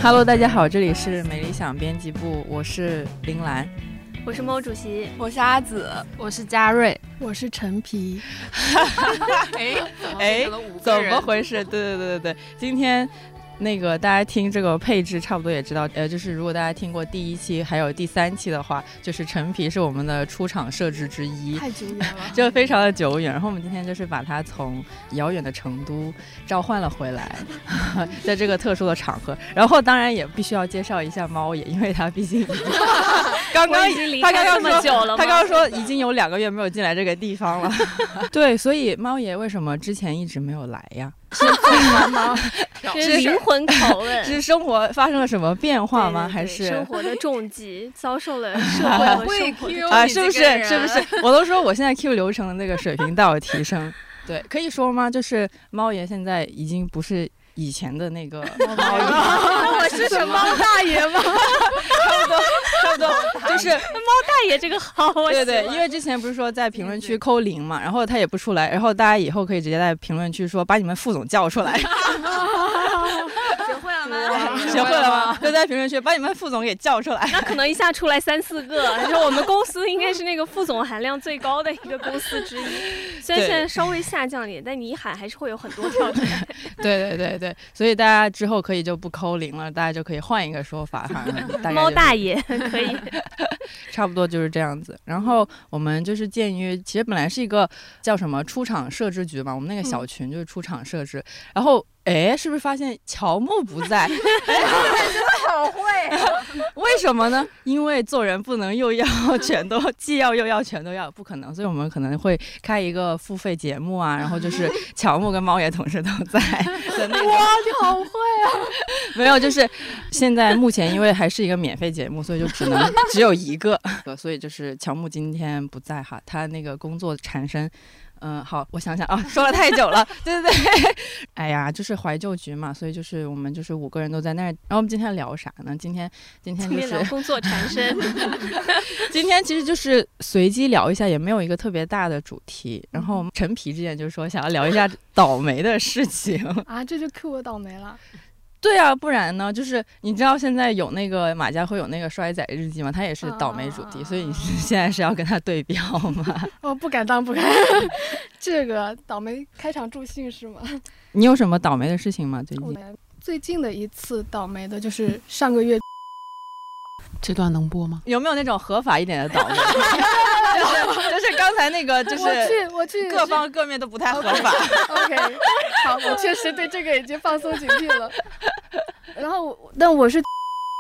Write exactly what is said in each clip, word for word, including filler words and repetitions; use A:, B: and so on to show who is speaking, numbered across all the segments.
A: Hello， 大家好，这里是美理想编辑部，我是林兰，
B: 我是猫主席，
C: 我是阿紫，
D: 我是嘉瑞，
E: 我是陈皮。
A: 哎哎，怎么回事？对对对对对，今天。那个大家听这个配置差不多也知道，呃，就是如果大家听过第一期还有第三期的话，就是陈皮是我们的出场设置之一，
E: 太久远了，
A: 就非常的久远。然后我们今天就是把它从遥远的成都召唤了回来，在这个特殊的场合。然后当然也必须要介绍一下猫爷，因为他毕竟已经刚刚他刚刚说他刚刚说已经有两个月没有进来这个地方了。对，所以猫爷为什么之前一直没有来呀？
B: 是吗？是灵魂拷问，
A: 是生活发生了什么变化吗？
B: 对对对，
A: 还是
B: 生活的重击遭受了社会和生活的
A: 啊？是不是？是不是？我都说我现在 Q 流程的那个水平大有提升。对，可以说吗？就是猫爷现在已经不是以前的那个猫爷，
B: 我是什么猫大爷吗？
A: 差不多，差不多，就是
B: 猫大爷这个好，我
A: 对对，因为之前不是说在评论区扣零嘛，然后他也不出来，然后大家以后可以直接在评论区说把你们副总叫出来。
B: 学会了吗？
A: 学会了吗？就在评论区把你们副总给叫出来。
B: 那可能一下出来三四个，然后我们公司应该是那个副总含量最高的一个公司之一。虽然现在稍微下降了点，但你一喊还是会有很多跳出来。
A: 对对对对，所以大家之后可以就不扣零了，大家就可以换一个说法哈。大
B: 猫大爷可以，
A: 差不多就是这样子。然后我们就是鉴于，其实本来是一个叫什么出场摄制局嘛，我们那个小群就是出场摄制，然后。哎，是不是发现乔木不在？哎，真
B: 的好会、啊！
A: 为什么呢？因为做人不能又要全都，既要又要全都要，不可能。所以我们可能会开一个付费节目啊，然后就是乔木跟猫爷同事都在的那种。
E: 哇，你好会啊！
A: 没有，就是现在目前因为还是一个免费节目，所以就只能只有一个，所以就是乔木今天不在哈，他那个工作缠身。嗯，好，我想想啊，说了太久了，对对对，哎呀，就是怀旧局嘛，所以就是我们就是五个人都在那儿。然后我们今天聊啥呢？今天今天就是
B: 聊工作缠身。
A: 今天其实就是随机聊一下，也没有一个特别大的主题。然后陈皮之前就说想要聊一下倒霉的事情
E: 啊，这就 Q 我倒霉了。
A: 对啊，不然呢？就是你知道现在有那个马家辉有那个衰仔日记吗？他也是倒霉主题，啊、所以你是现在是要跟他对标吗？
E: 哦，不敢当，不敢。这个倒霉开场助兴是吗？
A: 你有什么倒霉的事情吗？最近？
E: 最近的一次倒霉的就是上个月。
D: 这段能播吗？
A: 有没有那种合法一点的倒霉？就是就是刚才那个，就是
E: 我去我去
A: 各方各面都不太合法。
E: OK， 好，我确实对这个已经放松警惕了。然后，但我是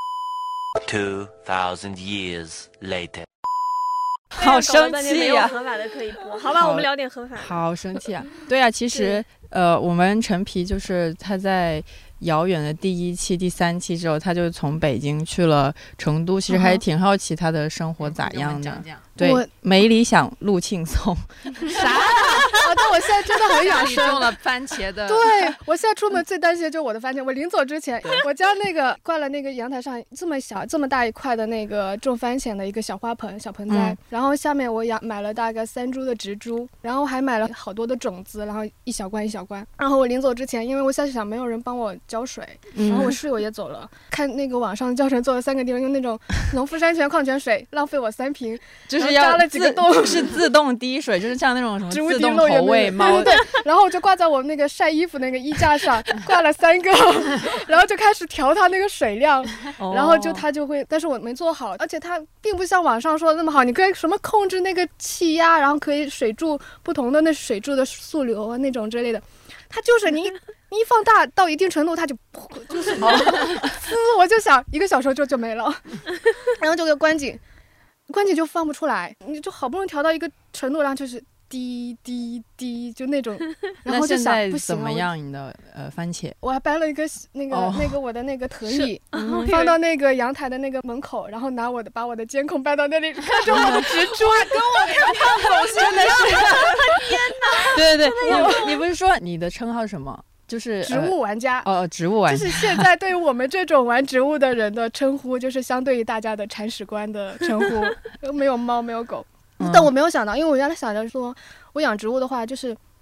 F: Two thousand years later，
A: 好生气呀、啊！
B: 合法的可以播，好吧，我们聊点合法的。
A: 好生气啊！对啊，其实呃，我们陈皮就是他在。遥远的第一期、第三期之后，他就从北京去了成都。其实还挺好奇他的生活咋样的。嗯、对，没理想路庆松。
E: 啥？啊！但我现在真的很养生。
D: 中了番茄的。
E: 对，我现在出门最担心的就是我的番茄。我临走之前，我家那个挂了那个阳台上这么小、这么大一块的那个种番茄的一个小花盆、小盆栽，嗯、然后下面我养买了大概三株的植株，然后还买了好多的种子，然后一小罐一小罐。然后我临走之前，因为我想想没有人帮我浇水，然后我室友也走了，嗯、看那个网上教程做了三个地方，用那种农夫山泉矿泉水浪费我三瓶，
A: 就是要
E: 扎了几个洞，
A: 是自动滴水，就是像那种什么
E: 植物
A: 自动投喂猫，
E: 对对对，然后我就挂在我那个晒衣服那个衣架上，挂了三个，然后就开始调它那个水量，
A: 哦、
E: 然后就它就会，但是我没做好，而且它并不像网上说的那么好，你可以什么控制那个气压，然后可以水柱不同的那水柱的速流啊那种之类的，它就是你。你一放大到一定程度，它就就是滋，我就想一个小时就就没了，然后就给关紧，关紧就放不出来，你就好不容易调到一个程度，然后就是滴滴滴，就那种，然后就想不行了。
A: 怎么样？你的呃番茄？
E: 我还搬了一个那个、oh. 那个我的那个藤椅，
B: 嗯、
E: 放到那个阳台的那个门口，然后拿我的把我的监控搬到那里，看着我的植株，
B: 跟我看看狗
A: 真的是，
B: 天哪！
A: 对对对，你你不是说你的称号是什么？就是
E: 植物玩家、
A: 呃、哦，植物玩家
E: 就是现在对于我们这种玩植物的人的称呼，就是相对于大家的铲屎官的称呼，没有猫没有狗、嗯。但我没有想到，因为我原来想着说，我养植物的话，就是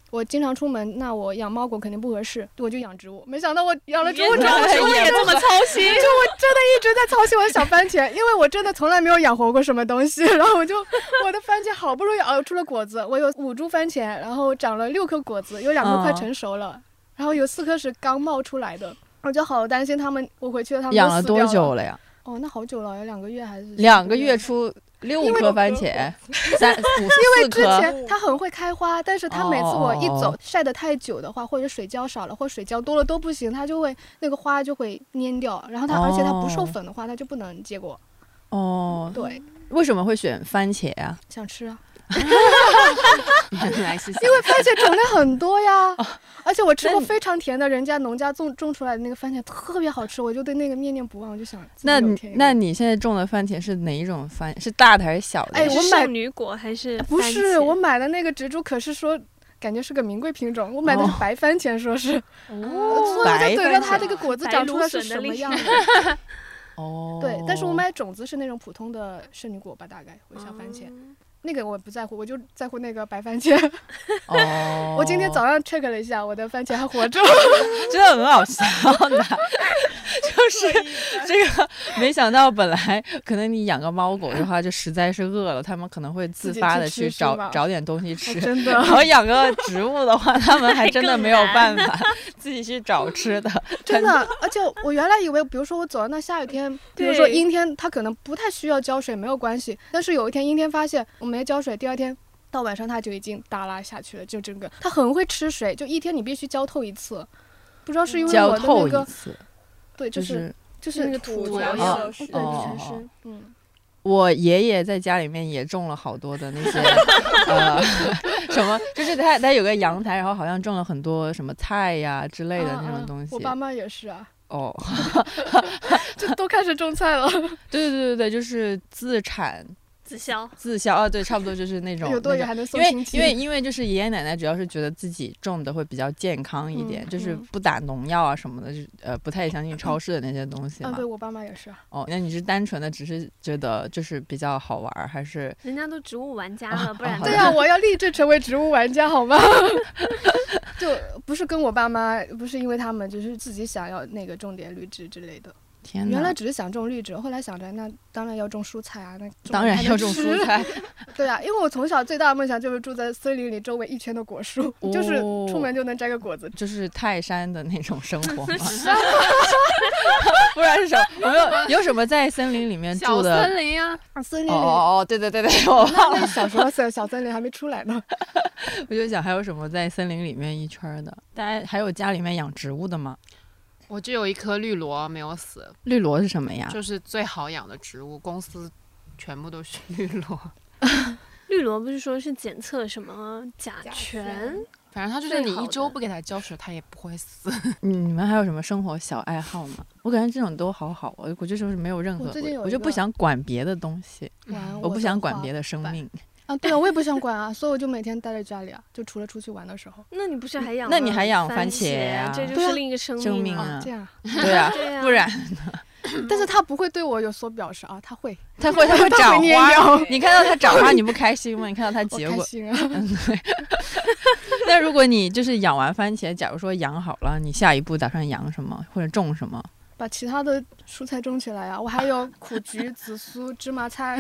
E: 我经常出门，那我养猫狗肯定不合适，我就养植物。没想到我养了植物之
B: 后，植物也这么操心。就
E: 我真的一直在操心我的小番茄，因为我真的从来没有养活过什么东西。然后我就我的番茄好不容易熬出了果子，我有五株番茄，然后长了六颗果子，有两颗快成熟了，哦、然后有四颗是刚冒出来的。我就好担心他们，我回去了他们
A: 养了多久了呀？
E: 哦，那好久了，有两个月还是
A: 两个月出。六颗番茄，三五
E: 因为之前它很会开花，但是它每次我一走、哦、晒得太久的话，或者水浇少了，或水浇多了都不行，它就会那个花就会蔫掉，然后它、哦、而且它不授粉的话，它就不能结果。
A: 哦，
E: 对，
A: 为什么会选番茄啊？
E: 想吃啊。
D: 原来是
E: 因为番茄种类很多呀，哦、而且我吃过非常甜的，人家农家种种出来的那个番茄特别好吃，我就对那个念念不忘，我就想。
A: 那那你现在种的番茄是哪一种番？是大的还是小的？
E: 哎，我买
B: 圣女果还是
E: 不是？我买的那个植株可是说感觉是个名贵品种，我买的是白番茄，说是哦，所以我就等着它这个果子长出来是什么样的。
A: 哦，
E: 对，但是我买种子是那种普通的圣女果吧，大概或小番茄。嗯那个我不在乎，我就在乎那个白番茄。哦，我今天早上 check 了一下，我的番茄还活着，
A: 真的很好笑的。就是这个，没想到本来可能你养个猫狗的话，就实在是饿了，他们可能会自发的去找找点东西吃。
E: 真的。
A: 然后养个植物的话，他们还真的没有办法自己去找吃的。
E: 真的，而且我原来以为，比如说我走到那下雨天，比如说阴天，它可能不太需要浇水，没有关系。但是有一天阴天，发现我没浇水，第二天到晚上它就已经耷拉下去了，就整个它很会吃水，就一天你必须浇透一次。不知道是因为我的那个，对，就是就是
B: 那个土
E: 要
B: 要
E: 对
B: 全是
E: 嗯。
A: 我爷爷在家里面也种了好多的那些呃什么，就是他他有个阳台，然后好像种了很多什么菜呀之类的那种东西。
E: 我爸妈也是啊。
A: 哦，
E: 就都开始种菜了。
A: 对对对对，就是自产。
B: 自销，
A: 自销啊，对，差不多就是那种。
E: 有多余还能送
A: 亲戚。因为因为因为就是爷爷奶奶主要是觉得自己种的会比较健康一点，
E: 嗯、
A: 就是不打农药啊什么的，就呃不太相信超市的那些东西嘛。
E: 啊，对我爸妈也是。
A: 哦，那你是单纯的只是觉得就是比较好玩，还是？
B: 人家都植物玩家了，不然。
E: 对啊，我要立志成为植物玩家，好吗？就不是跟我爸妈，不是因为他们，就是自己想要那个种点绿植之类的。
A: 天
E: 原来只是想种绿植，后来想着那当然要种蔬菜啊，那
A: 当然要种蔬菜。
E: 对啊，因为我从小最大的梦想就是住在森林里，周围一圈的果树，哦、就是出门就能摘个果子，
A: 就是泰山的那种生活嘛。不然是什么？有没有有什么在森林里面住的？
D: 小森林啊，
E: 森林里。
A: 哦哦，对对对对，我忘了。
E: 小时候小小森林还没出来呢。
A: 我就想还有什么在森林里面一圈的？大家还有家里面养植物的吗？
D: 我就有一颗绿萝没有死。
A: 绿萝是什么呀？
D: 就是最好养的植物，公司全部都是绿萝。
B: 绿萝不是说是检测什么甲醛？
D: 反正它就是你一周不给它浇水，它也不会死。
A: 嗯，你们还有什么生活小爱好吗？我感觉这种都好好，我我就是没有任何，
E: 我, 我,
A: 我就不想管别的东西，
E: 我,
A: 我不想管别的生命。
E: 啊，对啊，我也不想管啊，所以我就每天待在家里啊，就除了出去玩的时候。
B: 那你不是还养？
A: 那你还养
B: 番
A: 茄啊？
B: 这就是另一个生命,
A: 生命
E: 啊！这样，
A: 对啊，不然呢？
E: 但是他不会对我有所表示啊，他会，
A: 他会，他会长花。你看到他长花，你不开心吗？你看到他结果，
E: 开心啊。
A: 嗯，对。那如果你就是养完番茄，假如说养好了，你下一步打算养什么或者种什么？
E: 把其他的蔬菜种起来啊！我还有苦菊、紫苏、芝麻菜，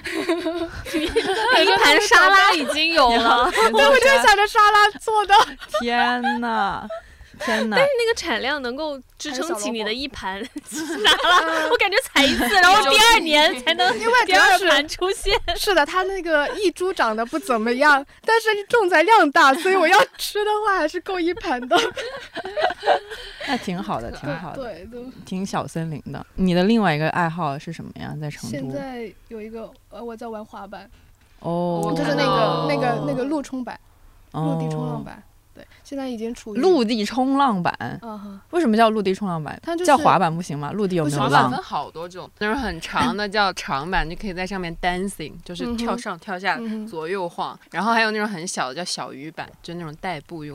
B: 一盘沙拉已经有了。
E: 我就想着沙拉做的。
A: 天哪！天哪！
B: 但是那个产量能够支撑起你的一盘沙拉，我感觉采一次，然后第二年才能
E: 因为
B: 第二盘出现。
E: 是的，它那个一株长得不怎么样，但是种材量大，所以我要吃的话还是够一盘的。
A: 那挺好的，挺好的，
E: 对，对，
A: 挺小森林的。你的另外一个爱好是什么呀？在成都？
E: 现在有一个呃，我在玩滑板。
A: 哦，
E: 就是那个那个那个陆冲板，陆地冲浪板。对，现在已经处于
A: 陆地冲浪板。
E: 嗯，
A: 为什么叫陆地冲浪板？
E: 它就是
A: 叫滑板不行吗？陆地有没有浪？
D: 滑板分好多种，那种很长的叫长板，你可以在上面 dancing， 就是跳上跳下、
E: 嗯、
D: 左右晃。然后还有那种很小的叫小鱼板，就是那种代步用的。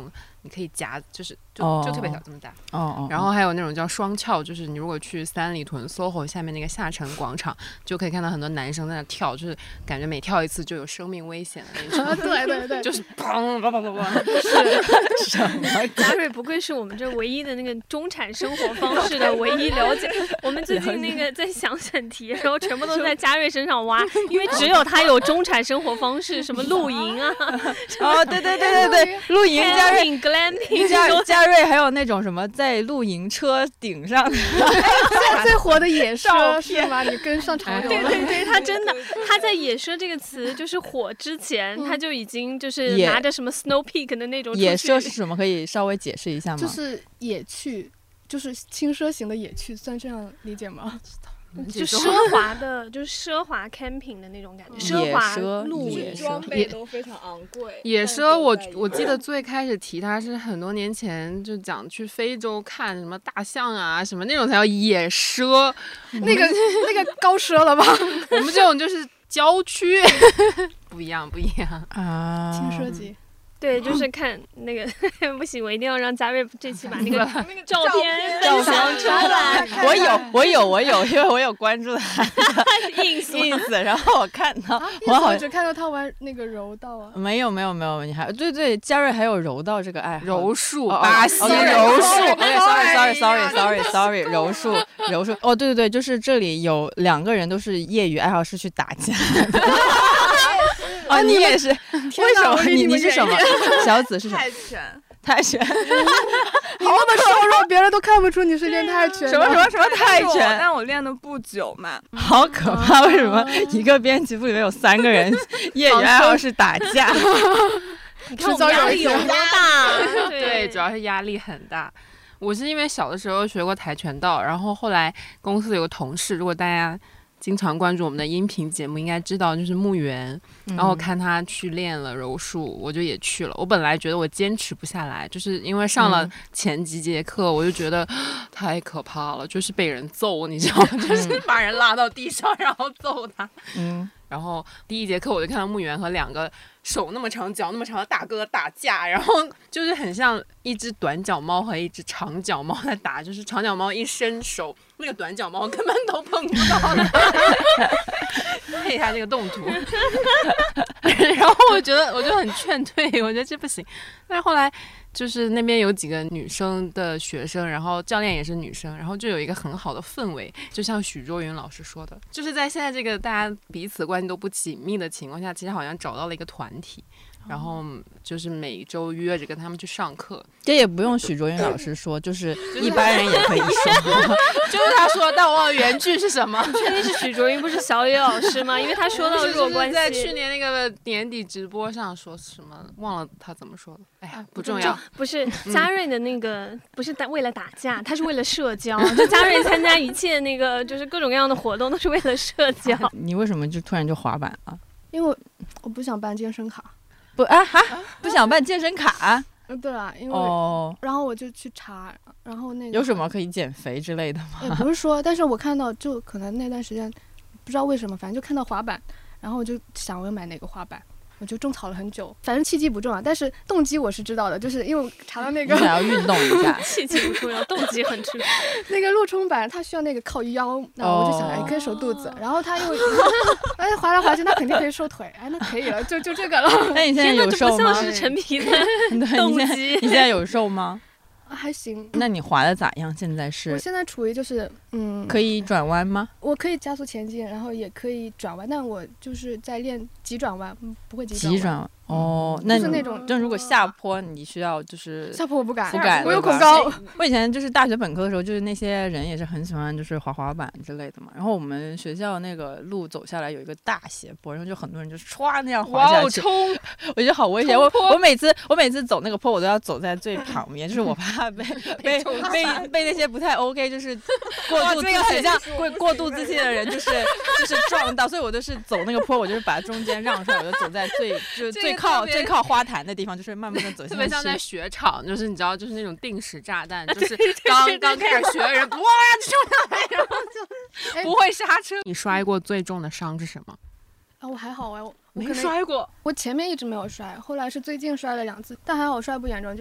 D: 你可以夹，就是就、
A: 哦、
D: 就特别小这么大。
A: 哦哦。
D: 然后还有那种叫双翘，就是你如果去三里屯 S O H O 下面那个下沉广场，就可以看到很多男生在那跳，就是感觉每跳一次就有生命危险的那种。
E: 对对对，
D: 就是砰砰砰砰砰。
B: 是什么？嘉瑞不愧是我们这唯一的那个中产生活方式的唯一了解。我们最近那个在想选题，然后全部都在嘉瑞身上挖，因为只有他有中产生活方式，什么露营啊，
A: 哦，对对对对对，露营嘉瑞
B: glamping，
A: 嘉嘉瑞还有那种什么在露营车顶上的，
E: 现在最火的野奢是吗？你跟上潮流了。
B: 对对对，他真的他在野奢这个词就是火之前，他就已经就是拿着什么 Snow Peak 的那种。
A: 野奢是什么？可以稍微解释一下吗？
E: 就是野趣，就是轻奢型的野趣，算这样理解吗？
B: 就奢华的，就是奢华 camping 的那种感觉，奢华露营，
C: 装备都非常昂贵。
D: 野奢，我我记得最开始提它是很多年前就讲去非洲看什么大象啊什么那种才叫野奢，
E: 那个那个高奢了吧？
D: 我们这种就是郊区，不一样不一样
A: 啊，
E: 轻奢级。
B: 对，就是看那个不行，我一定要让嘉瑞这期把那个那个照片分享出来。
A: 我有，我有，我有，因为我有关注他
B: ins
A: ins， 然后我看到，
E: 啊、
A: 我好
E: 像只看到他玩那个柔道啊。
A: 没有没有没有，你还对对，嘉瑞还有柔道这个爱好，
D: 柔术，
A: 哦、
D: 巴西
A: 柔术。OK，sorry sorry sorry sorry sorry， 柔术柔术。哦，对对对，就是这里有两个人都是业余爱好，是去打架。哦，你也是？为什么？你你是什么？小紫是什么？
C: 泰拳。
A: 泰拳。
E: 你那么瘦弱，别人都看不出你是练泰拳。
A: 什么什么什么泰拳？
C: 但我练的不久嘛。
A: 好可怕！为什么一个编辑部里面有三个人业余爱好是打架？
B: 你看我们压力有多大？
D: 对，主要是压力很大。我是因为小的时候学过跆拳道，然后后来公司有个同事，如果大家经常关注我们的音频节目应该知道，就是木原、嗯、然后看他去练了柔术，我就也去了。我本来觉得我坚持不下来，就是因为上了前几节课、嗯、我就觉得太可怕了，就是被人揍，你知道吗、嗯、就是把人拉到地上然后揍他。嗯，然后第一节课我就看到木原和两个手那么长脚那么长的大哥打架，然后就是很像一只短脚猫和一只长脚猫在打，就是长脚猫一伸手，那个短脚猫根本都碰不到它。配一下这个动图。然后我觉得我就很劝退，我觉得这不行。但是后来就是那边有几个女生的学生，然后教练也是女生，然后就有一个很好的氛围，就像许卓云老师说的，就是在现在这个大家彼此关系都不紧密的情况下，其实好像找到了一个团体，然后就是每周约着跟他们去上课。
A: 这也不用许卓云老师说，就是一般人也可以说。
D: 就是他说，但我忘了原句是什么。
B: 确定是许卓云，不是小野老师吗？因为他说到弱关系，
D: 在去年那个年底直播上说什么，忘了他怎么说的。哎呀，不重要。
B: 不是嘉瑞的那个，嗯、不是为了打架，他是为了社交。就嘉瑞参加一切那个，就是各种各样的活动，都是为了社交。
A: 你为什么就突然就滑板了？
E: 因为我不想办健身卡。
A: 不啊哈，不想办健身卡？
E: 嗯，对啊，因为、
A: 哦、
E: 然后我就去查，然后那个
A: 有什么可以减肥之类的吗？
E: 也不是说，但是我看到就可能那段时间不知道为什么，反正就看到滑板，然后我就想我要买哪个滑板。我就种草了很久，反正契机不重要，但是动机我是知道的，就是因为我查到那个
A: 你想要运动一下，
B: 契机不重要，动机很重要。
E: 那个陆冲板它需要那个靠腰，然后我就想哎可以收肚子，哦、然后它又哎滑来滑去，那肯定可以收腿，哎那可以了，就就这个了。
A: 那你现在有瘦吗？
B: 不像是陈皮的动机。
A: 你现在有瘦吗？
E: 还行。
A: 那你滑的咋样？现在是？
E: 我现在处于就是嗯，
A: 可以转弯吗？
E: 我可以加速前进，然后也可以转弯，但我就是在练急转弯，不会急转弯。
A: 急转弯哦，那
E: 就是那种，
A: 就如果下坡你需要就是
E: 下坡我不敢，
A: 不敢，
E: 我有恐高。
A: 我以前就是大学本科的时候，就是那些人也是很喜欢就是滑滑板之类的嘛。然后我们学校那个路走下来有一个大斜坡，然后就很多人就是唰那样滑下去，
D: 冲，
A: 我觉得好危险。我我每次我每次走那个坡，我都要走在最旁边，就是我怕被被被被那些不太 OK 就是过度自信、很像过过度自信的人就是就是撞到，所以我都是走那个坡，我就是把中间让出来，我就走在最就是最靠最靠花坛的地方，就是慢慢的走下去。
D: 特别像在雪场，就是你知道，就是那种定时炸弹，就是刚刚开始学的人，哇就冲上来，然后就不会刹车。你摔过最重的伤是什么？
E: 啊，我还好哎，我
D: 没摔过。
E: 我前面一直没有摔，后来是最近摔了两次，但还好摔不严重，就是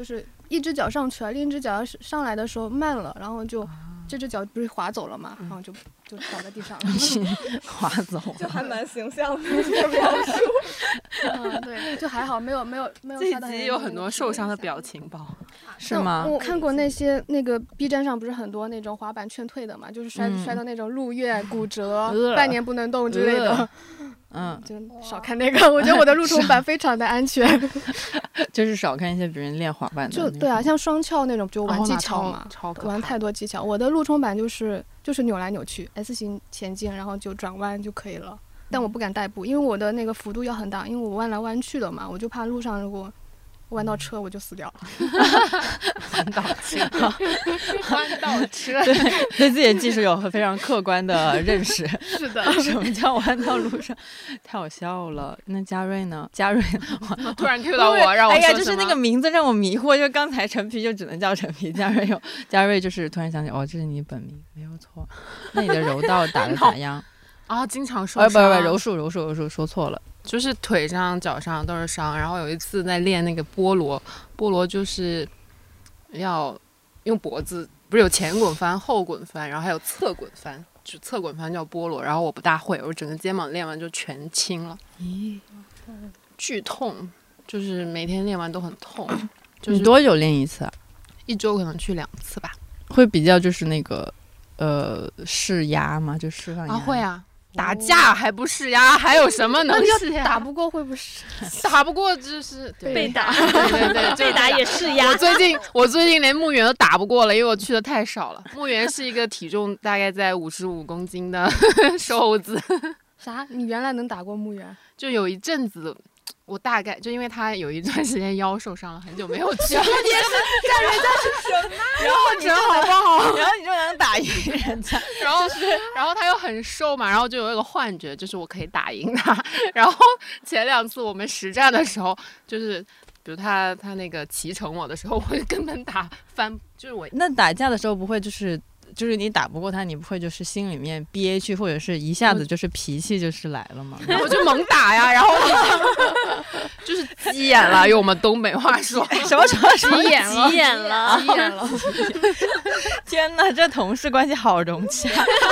E: 一只脚上去了，另一只脚要是上来的时候慢了，然后就这只脚不是滑走了嘛，然后就就倒在地上了，
A: 滑走
C: 就还蛮形象的这个描述。
E: 嗯，对，就还好，没有没有没有
D: 这
E: 杀到
D: 一集有很多受伤的表情包，
A: 是吗？
E: 我看过那些那个 B 站上不是很多那种滑板劝退的嘛，就是摔、
A: 嗯、
E: 摔到那种入院、骨折、
A: 呃、
E: 半年不能动之类的。
A: 呃嗯，
E: 就少看那个。我觉得我的路冲板非常的安全，
A: 就是少看一些别人练滑板的。
E: 就对啊，像双翘那种就玩技巧嘛，
D: 哦、
E: 玩太多技巧。我的路冲板就是就是扭来扭去 S 型前进，然后就转弯就可以了。但我不敢带步，因为我的那个幅度要很大，因为我弯来弯去的嘛，我就怕路上如果弯到车我就死掉了。
D: 弯道车，弯道车，
A: 对，对自己的技术有非常客观的认识。
E: 是的，
A: 什么叫弯道路上？太好笑了。那嘉瑞呢？嘉瑞
D: 突然 Q 到我，让我说
A: 哎呀，就是那个名字让我迷惑，就刚才陈皮就只能叫陈皮，嘉瑞有嘉瑞，就是突然想起，哦，这是你本名，没有错。那你的柔道打得咋样？
D: 啊，经常受
A: 伤。
D: 呃，
A: 不不不，柔术柔术柔术说错了。
D: 就是腿上、脚上都是伤，然后有一次在练那个菠萝，菠萝就是要用脖子，不是有前滚翻、后滚翻，然后还有侧滚翻，就侧滚翻叫菠萝，然后我不大会，我整个肩膀练完就全青了，咦，剧痛，就是每天练完都很痛。就是、
A: 你多久练一次啊？
D: 一周可能去两次吧。
A: 会比较就是那个呃释压吗？就释放压？
D: 啊，会啊。打架还不是呀？还有什么能是呀？
E: 打不过会不是？
D: 打不过就是
B: 被打，
D: 对对对，
B: 被打也是呀。
D: 我最近我最近连墓园都打不过了，因为我去的太少了。墓园是一个体重大概在五十五公斤的瘦子。
E: 啥？你原来能打过墓园？
D: 就有一阵子。我大概就因为他有一段时间腰受伤了，很久没有去。
C: 重点是站人家是什么？
A: 然后你好不好？然后你就能打赢人家，
D: 然后、就是、然后他又很瘦嘛，然后就有一个幻觉，就是我可以打赢他。然后前两次我们实战的时候，就是比如他他那个骑乘我的时候，我就根本打翻，就是我
A: 那打架的时候不会就是。就是你打不过他，你不会就是心里面憋屈，或者是一下子就是脾气就是来了吗？
D: 我就猛打呀，然后就是急眼了，用我们东北话说，
A: 什么什么什么
B: 急眼了，急眼了，
E: 急眼了！
A: 天哪，这同事关系好融洽。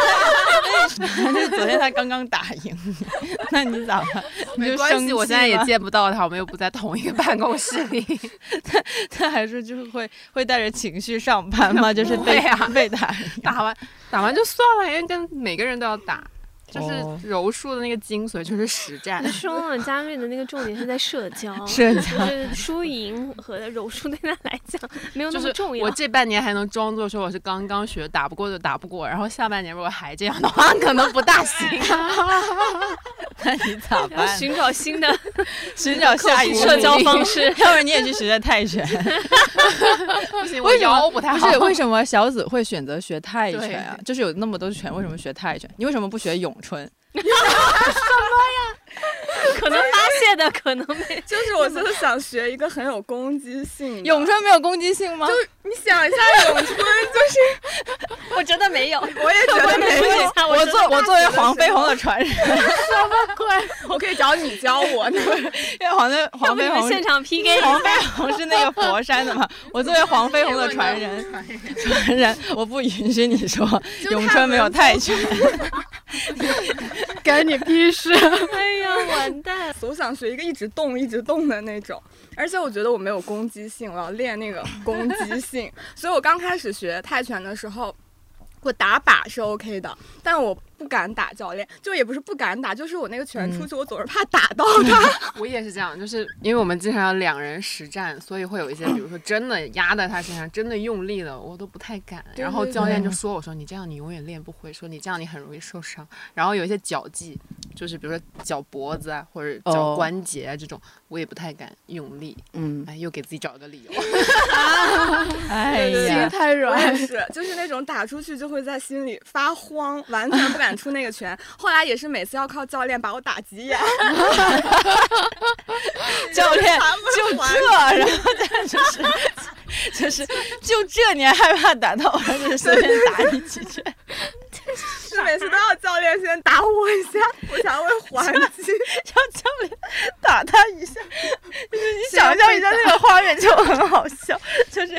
A: 昨天他刚刚打赢你，那你咋办？
D: 没关系，我现在也见不到他，我们又不在同一个办公室里。
A: 他他还是就是会会带着情绪上班吗？就是被、
D: 啊、
A: 被打
D: 打完打完就算了，因为跟每个人都要打。就是柔术的那个精髓就是实战。
B: 那说了，嘉瑞的那个重点是在社交，
A: 社交
B: 就是输赢和柔术对他来讲没有那么重要。
D: 就是、我这半年还能装作说我是刚刚学，打不过就打不过，然后下半年如果还这样的话，可能不大行。
A: 那你咋办？
B: 寻找新的，
A: 寻找下一个
B: 社交方式，
A: 要不然你也去学泰拳。
D: 不行，我腰不太好。
A: 不是为什么小紫会选择学泰拳啊？就是有那么多拳，为什么学泰拳？你为什么不学咏春？
B: 什么呀？可能发泄的，可能没。
C: 就是我就是想学一个很有攻击性。
A: 咏春没有攻击性吗？
C: 就你想一下，咏春就是，
B: 我觉得没有，
C: 我也觉得没有。
A: 我作我作为黄飞鸿的传人，
C: 什么鬼？我可以找你教我，因
A: 为黄飞黄飞鸿
B: 现场 P K，
A: 黄飞鸿是那个佛山的嘛。我作为黄飞鸿的传人，传人，我不允许你说咏春没有泰拳。
E: 干你屁事！
B: 哎呀，完蛋！
C: 我想学一个一直动、一直动的那种，而且我觉得我没有攻击性，我要练那个攻击性。所以我刚开始学泰拳的时候，我打靶是 OK 的，但我不敢打教练，就也不是不敢打，就是我那个拳出去，我总是怕打到他。
D: 我也是这样，就是因为我们经常要两人实战，所以会有一些，比如说真的压在他身上，真的用力了，我都不太敢。然后教练就说我说你这样你永远练不会，说你这样你很容易受伤。然后有一些脚技，就是比如说脚脖子啊或者脚关节啊这种，我也不太敢用力。嗯，哎，又给自己找个理由。
A: 哎呀，
E: 心太软。
C: 我也是，就是那种打出去就会在心里发慌，完全不敢出那个拳。后来也是每次要靠教练把我打急眼。
A: 教练就这，然后再就是就是就这，你还害怕打到我，就是随便打你几拳。
C: 是每次都要教练先打我一下，我才会还击。
A: 让教练打他一下，就是你想象一下那个画面就很好笑，就是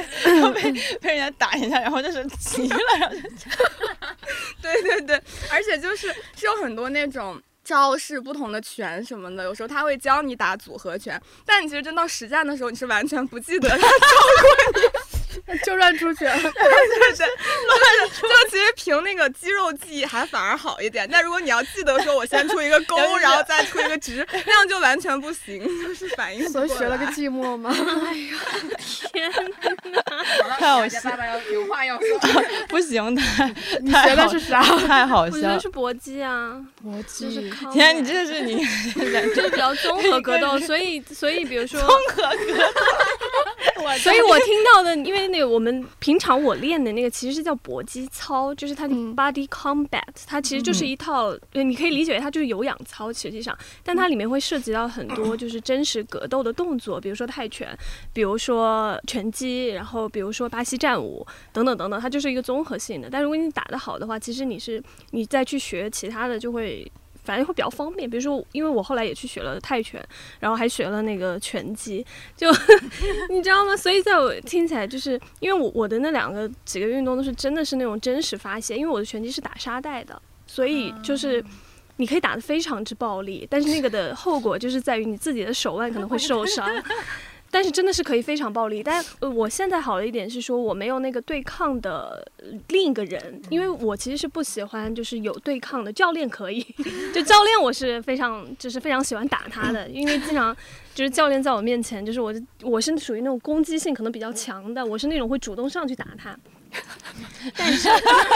A: 被人家打一下，然后就是急了，然后就
C: 对对对，而且就是是有很多那种招式不同的拳什么的，有时候他会教你打组合拳，但你其实真到实战的时候，你是完全不记得他教过你，
E: 就乱出拳。
C: 对对对，乱就其实凭那个肌肉记忆还反而好一点，但如果你要记得说我先出一个勾，然后再出一个直，那样就完全不行，就是反应不过来。
E: 所以学了个寂寞吗？
B: 哎呀，天哪！
A: 太好笑，
G: 爸爸要有话要说。
A: 不行，太
E: 你学的是啥？
A: 太好
B: 我觉
A: 笑了。
B: 得是搏击啊，
E: 搏
B: 就是
E: 击。
A: 天，你这是你
B: 就是比较综合格斗，所以所以比如说
A: 综合格斗，
B: 所以我听到的，因为那个我们平常我练的那个其实是叫搏击操，就是它的 body combat，、嗯、它其实就是一套，嗯、你可以理解为它就是有氧操，实际上，但它里面会涉及到很多就是真实格斗的动作，比如说泰拳，比如说拳击，然后比如说巴西战舞等等等等，它就是一个综合性的。但如果你打得好的话，其实你是你再去学其他的就会。反正会比较方便，比如说，因为我后来也去学了泰拳，然后还学了那个拳击，就你知道吗？所以在我听起来，就是因为我我的那两个几个运动都是真的是那种真实发泄，因为我的拳击是打沙袋的，所以就是你可以打得非常之暴力，但是那个的后果就是在于你自己的手腕可能会受伤。但是真的是可以非常暴力，但呃，我现在好的一点是说我没有那个对抗的另一个人，因为我其实是不喜欢就是有对抗的教练可以，就教练我是非常就是非常喜欢打他的，因为经常就是教练在我面前，就是我我是属于那种攻击性可能比较强的，我是那种会主动上去打他。但是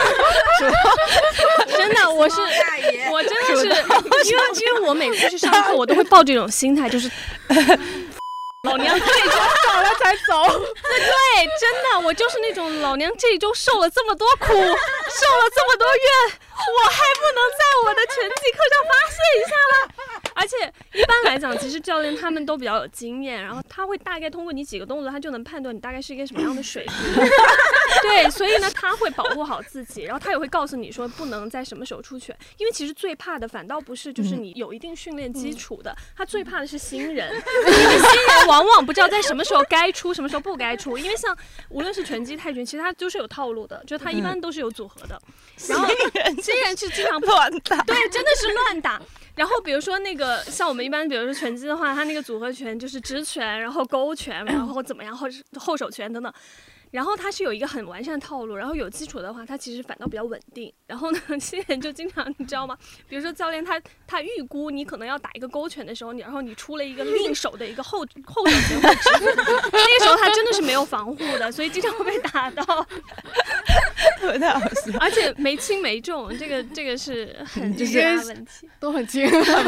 B: 真的我是我真的是因为因为我每次去上课我都会抱这种心态，就是老娘这一周走了才走，对，真的，我就是那种老娘这一周受了这么多苦，受了这么多怨，我还不能在我的拳击课上发泄一下吗？而且一般来讲，其实教练他们都比较有经验，然后他会大概通过你几个动作，他就能判断你大概是一个什么样的水平。对，所以呢，他会保护好自己，然后他也会告诉你说不能在什么时候出拳，因为其实最怕的反倒不是就是你有一定训练基础的，他最怕的是新人，因为新人往往不知道在什么时候该出，什么时候不该出，因为像无论是拳击、泰拳，其实它就是有套路的，就它一般都是有组合的。然后新人是经常
A: 乱打，
B: 对，真的是乱打。然后比如说那个像我们一般，比如说拳击的话，它那个组合拳就是直拳，然后勾拳，然后怎么样，后后手拳等等。然后它是有一个很完善的套路，然后有基础的话，它其实反倒比较稳定。然后呢，新人就经常你知道吗？比如说教练他他预估你可能要打一个勾拳的时候，你然后你出了一个另手的一个后后手拳或直拳，那个时候他真的是没有防护的，所以经常会被打到。
A: 太好笑，
B: 而且没轻没重，这个这个是很
E: 就是
B: 大问题，
E: 都很轻。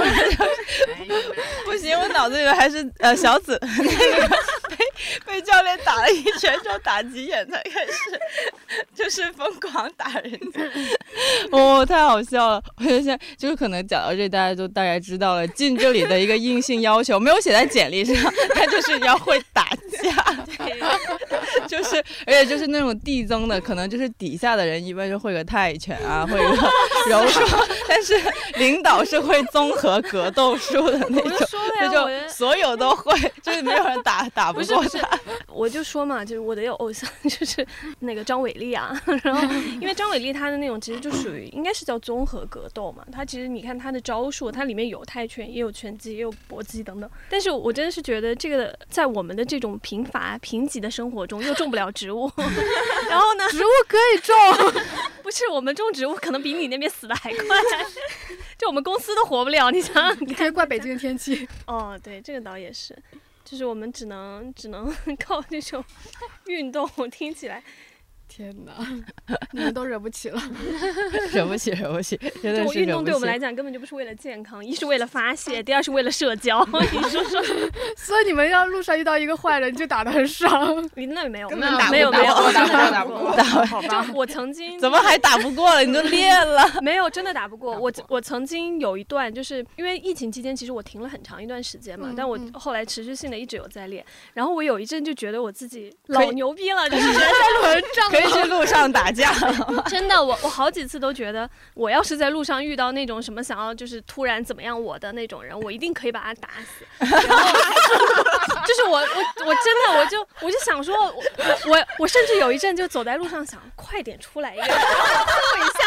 A: 不行，我脑子里面还是呃小紫那个被被教练打了一拳之后打急眼才开始，就是疯狂打人家。哦，太好笑了！我觉得现在就是可能讲到这，大家就大概知道了进这里的一个硬性要求，没有写在简历上，但就是你要会打架。就是而且就是那种递增的，可能就是底下的人一般就会个泰拳啊，会个柔术，但是领导是会综合格斗术的那种，
B: 我就说了呀，
A: 就
B: 我就
A: 所有都会，就是没有人打打不过他。
B: 我就说嘛，就是我的有偶像就是那个张伟丽啊，然后因为张伟丽她的那种其实就属于应该是叫综合格斗嘛，她其实你看她的招数，它里面有泰拳，也有拳击，也有搏击等等。但是我真的是觉得这个在我们的这种贫乏贫瘠的生活中又种不了植物，然后呢，
E: 植物可以种，
B: 不是我们种植物可能比你那边死的还快，就我们公司都活不了，你想想看。
E: 你可以怪北京的天气。
B: 哦，对，这个倒也是。就是我们只能只能靠这种运动，听起来，
E: 天哪，你们都惹不起了，
A: 惹不起，惹不起，真的是惹不起。
B: 运动对我们来讲根本就不是为了健康，一是为了发泄，第二是为了社交。你说说，
E: 所以你们要路上遇到一个坏人就打得很爽。
B: 你那没有，
G: 根本打不
B: 没有没有，
G: 打不过，打不过，
E: 好吧。
B: 就我曾经
A: 怎么还打不过了？你都练了？
B: 没有，真的打不过。我我曾经有一段，就是因为疫情期间，其实我停了很长一段时间嘛，
E: 嗯、
B: 但我后来持续性的一直有在练。然后我有一阵就觉得我自己老牛逼了，就是觉得在轮
A: 可可以去路上打架。
B: 真的，我我好几次都觉得，我要是在路上遇到那种什么想要就是突然怎么样我的那种人，我一定可以把他打死。然后就是我我我真的我就我就想说，我我我甚至有一阵就走在路上想，快点出来一个人揍一下，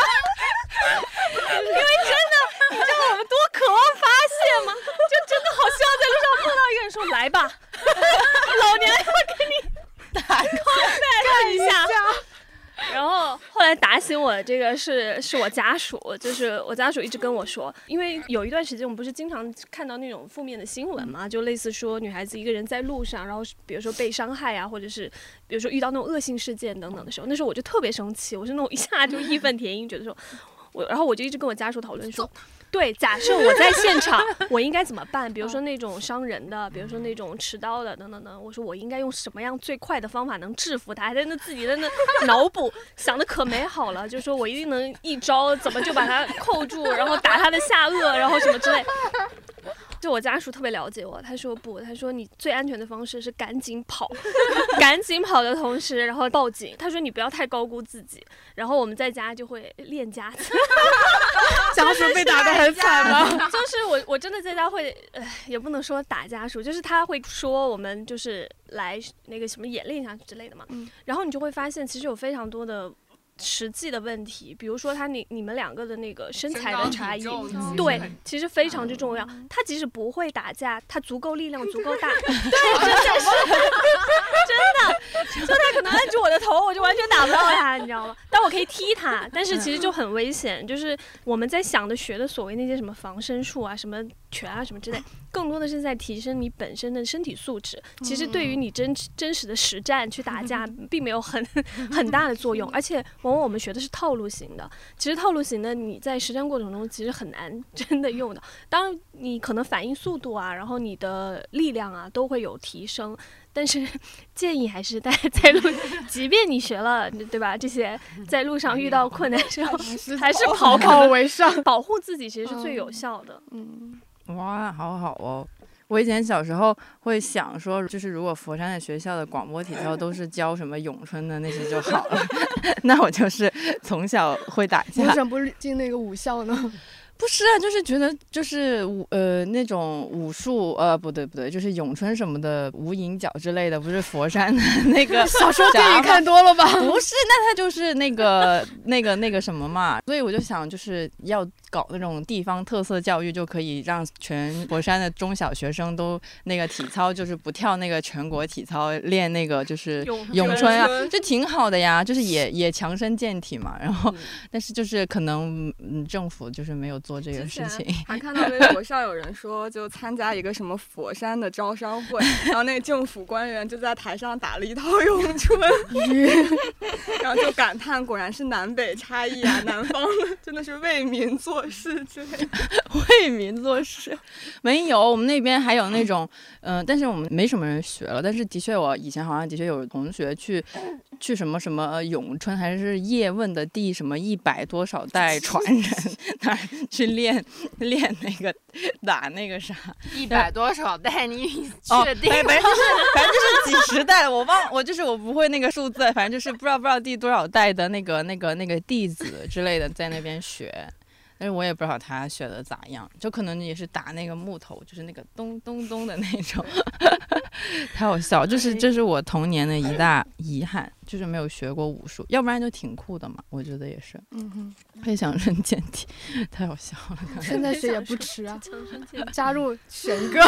B: 因为真的，你知道我们多渴望发泄吗？就真的好希望在路上碰到一个人说来吧，老娘要跟你打看一下。然后后来打醒我的这个是是我家属，就是我家属一直跟我说，因为有一段时间我们不是经常看到那种负面的新闻嘛，就类似说女孩子一个人在路上，然后比如说被伤害啊，或者是比如说遇到那种恶性事件等等的时候，那时候我就特别生气，我是那种一下就义愤填膺，觉得说我，然后我就一直跟我家属讨论说。对，假设我在现场，我应该怎么办？比如说那种伤人的，比如说那种持刀的，等等等。我说我应该用什么样最快的方法能制服他？还在那自己在那脑补，想的可美好了，就说我一定能一招怎么就把他扣住，然后打他的下颚，然后什么之类。就我家属特别了解我，他说不，他说你最安全的方式是赶紧跑，赶紧跑的同时，然后报警。他说你不要太高估自己，然后我们在家就会练家子。
E: 家属被打得很惨吗？
B: 就是我我真的在家会，呃，也不能说打家属，就是他会说我们就是来那个什么演练一下之类的嘛，嗯、然后你就会发现其实有非常多的。实际的问题，比如说他你你们两个的那个身材的差异，对，其实非常之重要。他即使不会打架，他足够力量足够大，对，真的是，真的，就他可能按住我的头，我就完全打不到他，你知道吗？但我可以踢他，但是其实就很危险。就是我们在想的学的所谓那些什么防身术啊、什么拳啊、什么之类，更多的是在提升你本身的身体素质。其实对于你真真实的实战去打架，并没有很很大的作用，而且。往往我们学的是套路型的，其实套路型的你在实战过程中其实很难真的用的。当然你可能反应速度啊，然后你的力量啊都会有提升，但是建议还是大家在路，即便你学了，对吧？这些在路上遇到困难的时候，还是跑
E: 跑为上，
B: 保护自己其实是最有效的。
A: 嗯，哇，好好哦。我以前小时候会想说，就是如果佛山的学校的广播体操都是教什么咏春的那些就好了，那我就是从小会打架。
E: 为什么不是进那个武校呢？
A: 不是啊，就是觉得就是武呃那种武术呃不对不对，就是咏春什么的无影脚之类的，不是佛山的那个
E: 小时候电影看多了吧？
A: 不是，那他就是那个那个那个什么嘛，所以我就想就是要搞那种地方特色教育，就可以让全佛山的中小学生都那个体操，就是不跳那个全国体操，练那个就是咏春啊，就挺好的呀，就是也也强身健体嘛。然后，但是就是可能嗯政府就是没有做这个事情。
C: 还看到微博上有人说，就参加一个什么佛山的招商会，然后那政府官员就在台上打了一套咏春，然后就感叹果然是南北差异啊，南方的真的是为民做事之类的。
A: 为民做事没有，我们那边还有那种嗯、呃，但是我们没什么人学了，但是的确我以前好像的确有同学去去什么什么咏春还是叶问的第什么一百多少代传人那儿去练练那个打那个啥
D: 一百多少代，你确定？
A: 哦、反正就是反正就是几十代，我忘我就是我不会那个数字，反正就是不知道不知道第多少代的那个那个那个弟子之类的在那边学。但是我也不知道他学的咋样，就可能也是打那个木头，就是那个咚咚咚的那种，太好笑。就是这是我童年的一大遗憾，就是没有学过武术，要不然就挺酷的嘛。我觉得也是，嗯哼，会强身健体，太好笑了。
E: 现在学也不迟啊，加入选歌。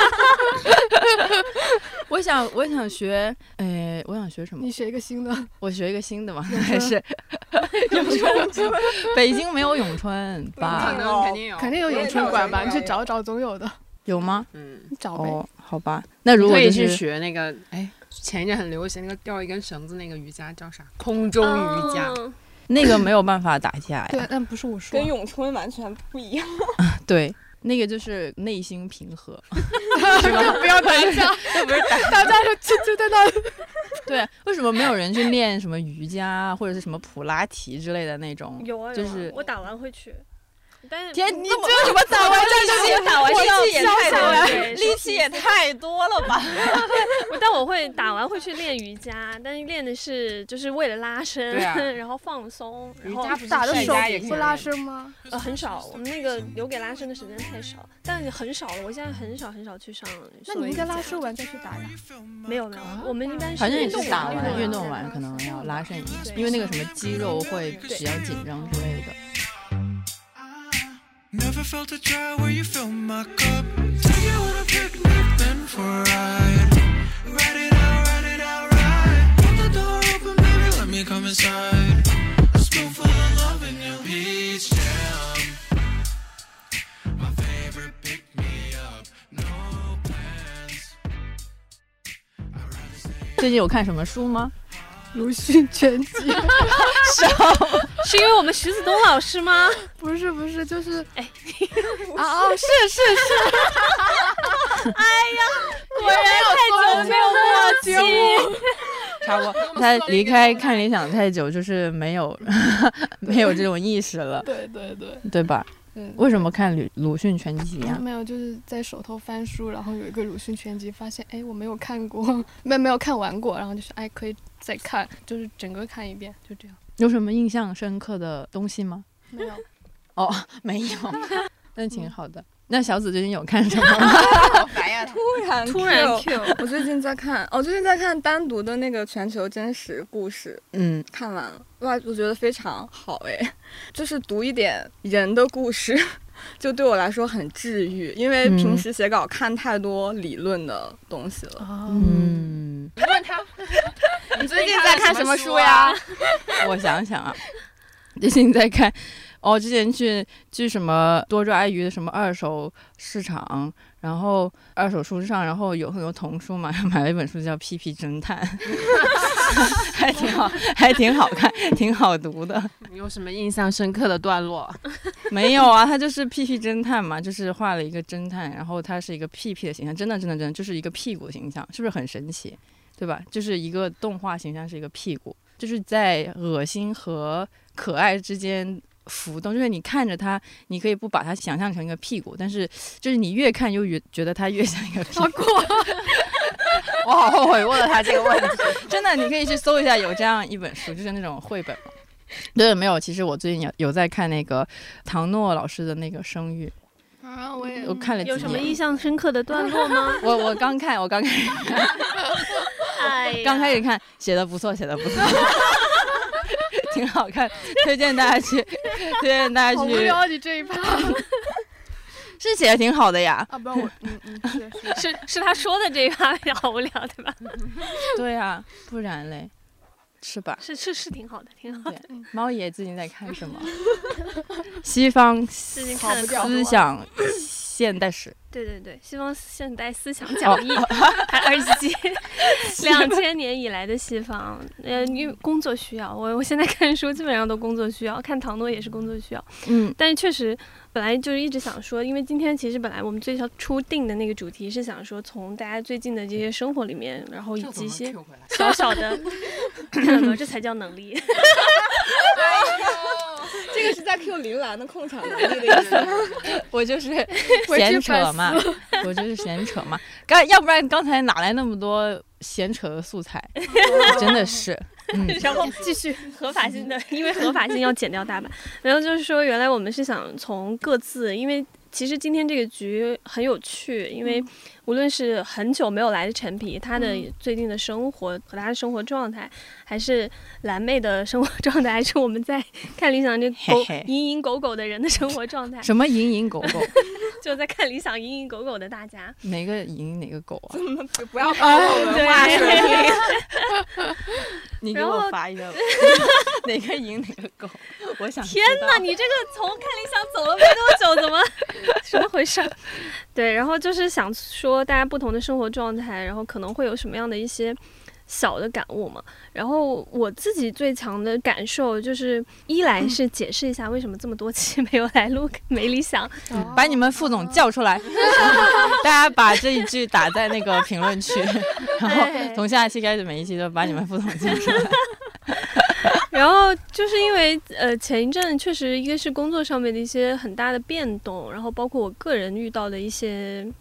A: 我想我想学，呃，我想学什么？
E: 你学一个新的，
A: 我学一个新的吗？还是咏春？北京没有咏春吧？
D: 可能肯定有，
E: 肯定有咏春馆吧？你去找找，总有的。
A: 有吗？
D: 嗯，
E: 找呗。
A: 哦，好吧。那如果就是
D: 可以去学那个，哎，前一阵很流行那个吊一根绳子那个瑜伽叫啥？空中瑜伽。
B: 哦
A: 那个没有办法打架呀。
E: 对，但不是武术，
C: 跟咏春完全不一样。
A: 对。那个就是内心平和，
E: 是吧？不要打架，
A: 不是打
E: 打架就就在那里。
A: 对，为什么没有人去练什么瑜伽或者是什么普拉提之类的那种？
B: 有啊，
A: 就是
B: 我打完会去。但是
A: 天，你这什么打完这些
B: 打完
A: 力气也太多了，
B: 力
A: 气也也太多了吧？
B: 但我会打完会去练瑜伽，但是练的是就是为了拉伸，
D: 啊、
B: 然后放松，然后
E: 打的手不拉伸吗？
B: 呃，很少，我们那个留给拉伸的时间太少，但是很少了。我现在很少很少去上。
E: 那你应该拉伸完再去打呀？
B: 没有没有，我们一般是
A: 反正也是打完运动完可能要拉伸一下，因为那个什么肌肉会比较紧张之类的。Never felt a dry where you fill my cup. Take you on a picnic, then for a ride. Ride it out, ride it out, ride. Keep the door open, baby, let me come inside. A spoonful of love in your peach jam. My favorite pick me up, no plans. 最近有看什么书吗？
E: 鲁迅全集。
B: 是因为我们徐子东老师吗？
E: 不是不是，就是
B: 哎，
E: 啊哦，是是是。
B: 哎呀，果然太久没有默契。
A: 差不多，他离开看理想太久，就是没有没有这种意识了。
E: 对对对，
A: 对吧？嗯，为什么看鲁鲁迅全集呀、啊？
E: 没有，就是在手头翻书，然后有一个鲁迅全集，发现哎我没有看过，没没有看完过，然后就是哎可以再看，就是整个看一遍，就这样。
A: 有什么印象深刻的东西吗？
E: 没有。
A: 哦，没有，那挺好的。那小紫最近有看什么吗？
C: 好烦呀！突然
B: 突然 Q，
C: 我最近在看，我、哦、最近在看单独的那个全球真实故事，
A: 嗯，
C: 看完了，哇，我觉得非常好哎，就是读一点人的故事，就对我来说很治愈，因为平时写稿看太多理论的东西了。
A: 嗯，
G: 你问他，
C: 你最近在看什么书呀？
A: 我想想啊，最近在看。哦，之前去去什么多抓鱼的什么二手市场，然后二手书上，然后有很多童书嘛，买了一本书叫《屁屁侦探》，还挺好，还挺好看，挺好读的。
D: 你有什么印象深刻的段落？
A: 没有啊，他就是屁屁侦探嘛，就是画了一个侦探，然后他是一个屁屁的形象，真的真的真的就是一个屁股形象，是不是很神奇？对吧？就是一个动画形象是一个屁股，就是在恶心和可爱之间浮动，就是你看着它，你可以不把它想象成一个屁股，但是就是你越看就越觉得它越像一个屁股。
D: 我好后悔问了他这个问题。
A: 真的，你可以去搜一下，有这样一本书，就是那种绘本嘛。对，没有，其实我最近有有在看那个唐诺老师的那个《生育》
E: 啊，我也
A: 我看了几
B: 有什么印象深刻的段落吗？
A: 我我刚看，我刚开始看，
B: 哎，
A: 刚开始看，写的不错，写的不错。挺好看，推荐大家去，推荐大家去。
E: 好无聊，你这一趴
A: 是写的挺好的呀。
E: 啊，不然我，嗯嗯，是是
B: 是是他说的这一趴比较无聊，对吧？
A: 对啊，不然嘞，是吧？
B: 是是是挺好的，挺好的。
A: 猫爷最近在看什么？西方
B: 最近看的
A: 思想现代史。
B: 对对对，西方现代思想讲义，还二十几两千年以来的西方，呃，因为工作需要，我我现在看书基本上都工作需要，看唐诺也是工作需要，
A: 嗯，
B: 但是确实本来就是一直想说，因为今天其实本来我们最初定的那个主题是想说从大家最近的这些生活里面，然后以及一些小小的，看到没有，这才叫能力。
C: 这个是在 Q 铃兰的控场能力的意思吗？
A: 我就是闲扯嘛，我就是闲扯嘛。刚要不然刚才哪来那么多闲扯的素材？真的是。嗯，
B: 然后继续合法性的，因为合法性要减掉大半。然后就是说，原来我们是想从各自，因为其实今天这个局很有趣，因为无论是很久没有来的陈皮，他的最近的生活和他的生活状态，还是蓝妹的生活状态，还是我们在看理想这狗蝇营狗苟的人的生活状态。
A: 什么蝇营狗苟？
B: 就在看理想蝇营狗苟的大家。
A: 哪个蝇哪个狗啊？
C: 不要暴露文化水平。
A: 你给我发一个哪个营哪个狗？我想
B: 天哪，你这个从看理想走了没多久，怎么什么回事？对，然后就是想说大家不同的生活状态，然后可能会有什么样的一些小的感悟嘛。然后我自己最强的感受就是，一来是解释一下为什么这么多期没有来录没理想，
A: 嗯、把你们副总叫出来，大家把这一句打在那个评论区，然后从下期开始每一期都把你们副总叫出来。
B: 然后就是因为呃前一阵确实一个是工作上面的一些很大的变动，然后包括我个人遇到的一些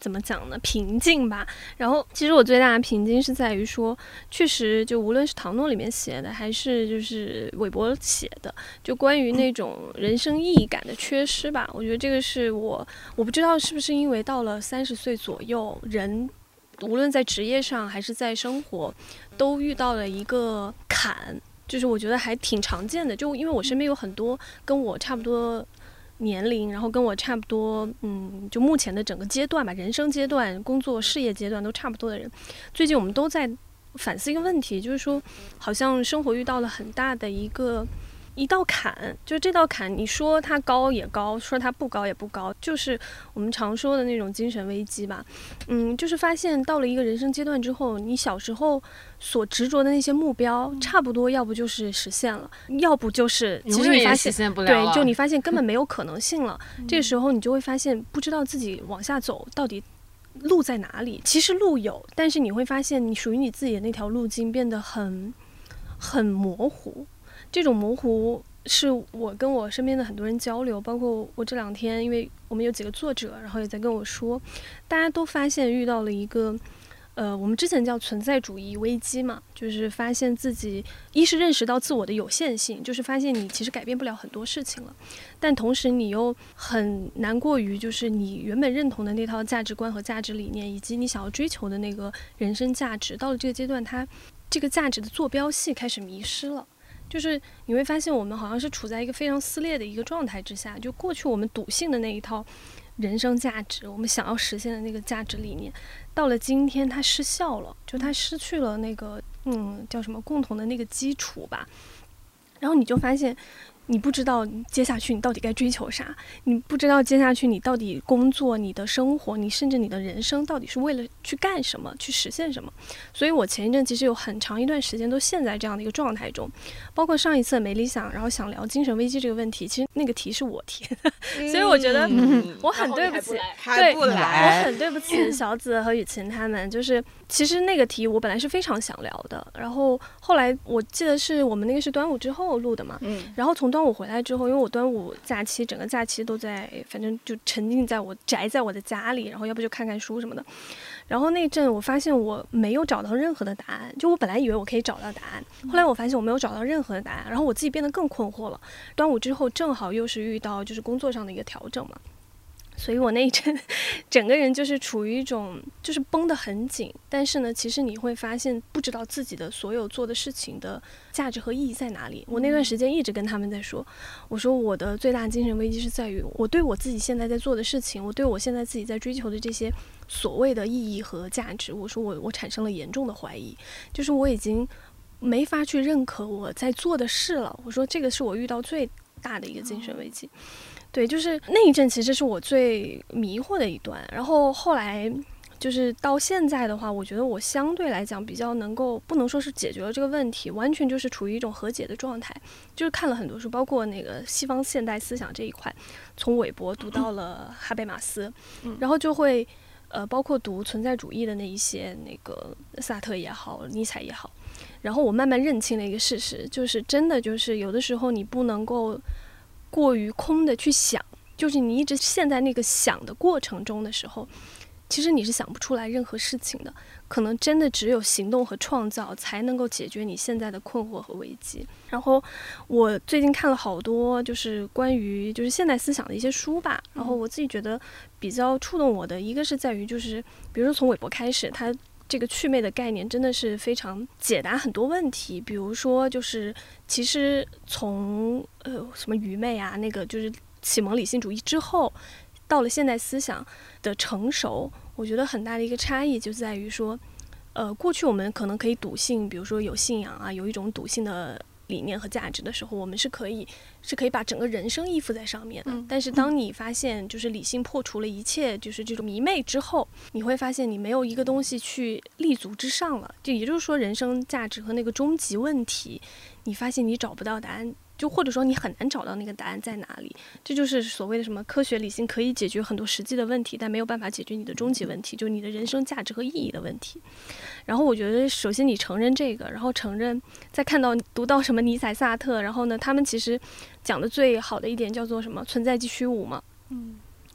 B: 怎么讲呢？平静吧。然后其实我最大的平静是在于说，确实就无论是唐诺里面写的，还是就是韦伯写的，就关于那种人生意义感的缺失吧。我觉得这个是我我不知道是不是因为到了三十岁左右，人无论在职业上还是在生活，都遇到了一个坎，就是我觉得还挺常见的。就因为我身边有很多跟我差不多年龄，然后跟我差不多，嗯，就目前的整个阶段吧，人生阶段、工作、事业阶段都差不多的人，最近我们都在反思一个问题，就是说，好像生活遇到了很大的一个一道坎，就这道坎，你说它高也高，说它不高也不高，就是我们常说的那种精神危机吧。嗯，就是发现到了一个人生阶段之后，你小时候所执着的那些目标，差不多要不就是实现了，要不就是其实你发现
D: 实现不了
B: 对，
D: 了
B: 就你发现根本没有可能性了。这个时候你就会发现，不知道自己往下走到底路在哪里。其实路有，但是你会发现，你属于你自己的那条路径变得很很模糊。这种模糊是我跟我身边的很多人交流，包括我这两天，因为我们有几个作者，然后也在跟我说，大家都发现遇到了一个呃，我们之前叫存在主义危机嘛，就是发现自己一是认识到自我的有限性，就是发现你其实改变不了很多事情了，但同时你又很难过于就是你原本认同的那套价值观和价值理念，以及你想要追求的那个人生价值，到了这个阶段，它这个价值的坐标系开始迷失了。就是你会发现我们好像是处在一个非常撕裂的一个状态之下，就过去我们笃信的那一套人生价值，我们想要实现的那个价值理念，到了今天它失效了，就它失去了那个嗯叫什么共同的那个基础吧。然后你就发现你不知道接下去你到底该追求啥，你不知道接下去你到底工作、你的生活、你甚至你的人生到底是为了去干什么、去实现什么。所以我前一阵其实有很长一段时间都陷在这样的一个状态中，包括上一次没理想，然后想聊精神危机这个问题，其实那个题是我提的，所以我觉得我很对不起，
C: 还不来，
B: 我很对不起小紫和雨晴他们，就是其实那个题我本来是非常想聊的，然后后来我记得是我们那个是端午之后录的嘛，嗯，然后从端午回来之后，因为我端午假期整个假期都在，反正就沉浸在我宅在我的家里，然后要不就看看书什么的。然后那阵我发现我没有找到任何的答案，就我本来以为我可以找到答案，后来我发现我没有找到任何的答案，然后我自己变得更困惑了。端午之后正好又是遇到就是工作上的一个调整嘛。所以我那一阵整个人就是处于一种就是绷得很紧，但是呢其实你会发现不知道自己的所有做的事情的价值和意义在哪里。我那段时间一直跟他们在说，我说我的最大精神危机是在于我对我自己现在在做的事情，我对我现在自己在追求的这些所谓的意义和价值，我说我我产生了严重的怀疑，就是我已经没法去认可我在做的事了。我说这个是我遇到最大的一个精神危机。对，就是那一阵其实是我最迷惑的一段，然后后来就是到现在的话，我觉得我相对来讲比较能够，不能说是解决了这个问题，完全就是处于一种和解的状态。就是看了很多书，包括那个西方现代思想这一块，从韦伯读到了哈贝马斯，然后就会呃包括读存在主义的那一些那个萨特也好，尼采也好，然后我慢慢认清了一个事实，就是真的就是有的时候你不能够过于空的去想，就是你一直陷在那个想的过程中的时候，其实你是想不出来任何事情的，可能真的只有行动和创造才能够解决你现在的困惑和危机。然后我最近看了好多就是关于就是现代思想的一些书吧，然后我自己觉得比较触动我的一个是在于就是比如说从韦伯开始，他这个祛魅的概念真的是非常解答很多问题，比如说就是其实从呃什么愚昧啊，那个就是启蒙理性主义之后，到了现代思想的成熟，我觉得很大的一个差异就在于说，呃，过去我们可能可以笃信，比如说有信仰啊，有一种笃信的理念和价值的时候，我们是可以是可以把整个人生依附在上面的、嗯、但是当你发现就是理性破除了一切就是这种迷昧之后，你会发现你没有一个东西去立足之上了，就也就是说人生价值和那个终极问题，你发现你找不到答案，就或者说你很难找到那个答案在哪里。这就是所谓的什么科学理性可以解决很多实际的问题，但没有办法解决你的终极问题，就是你的人生价值和意义的问题。然后我觉得首先你承认这个，然后承认再看到读到什么尼采萨特，然后呢他们其实讲的最好的一点叫做什么存在即虚无嘛，嗯，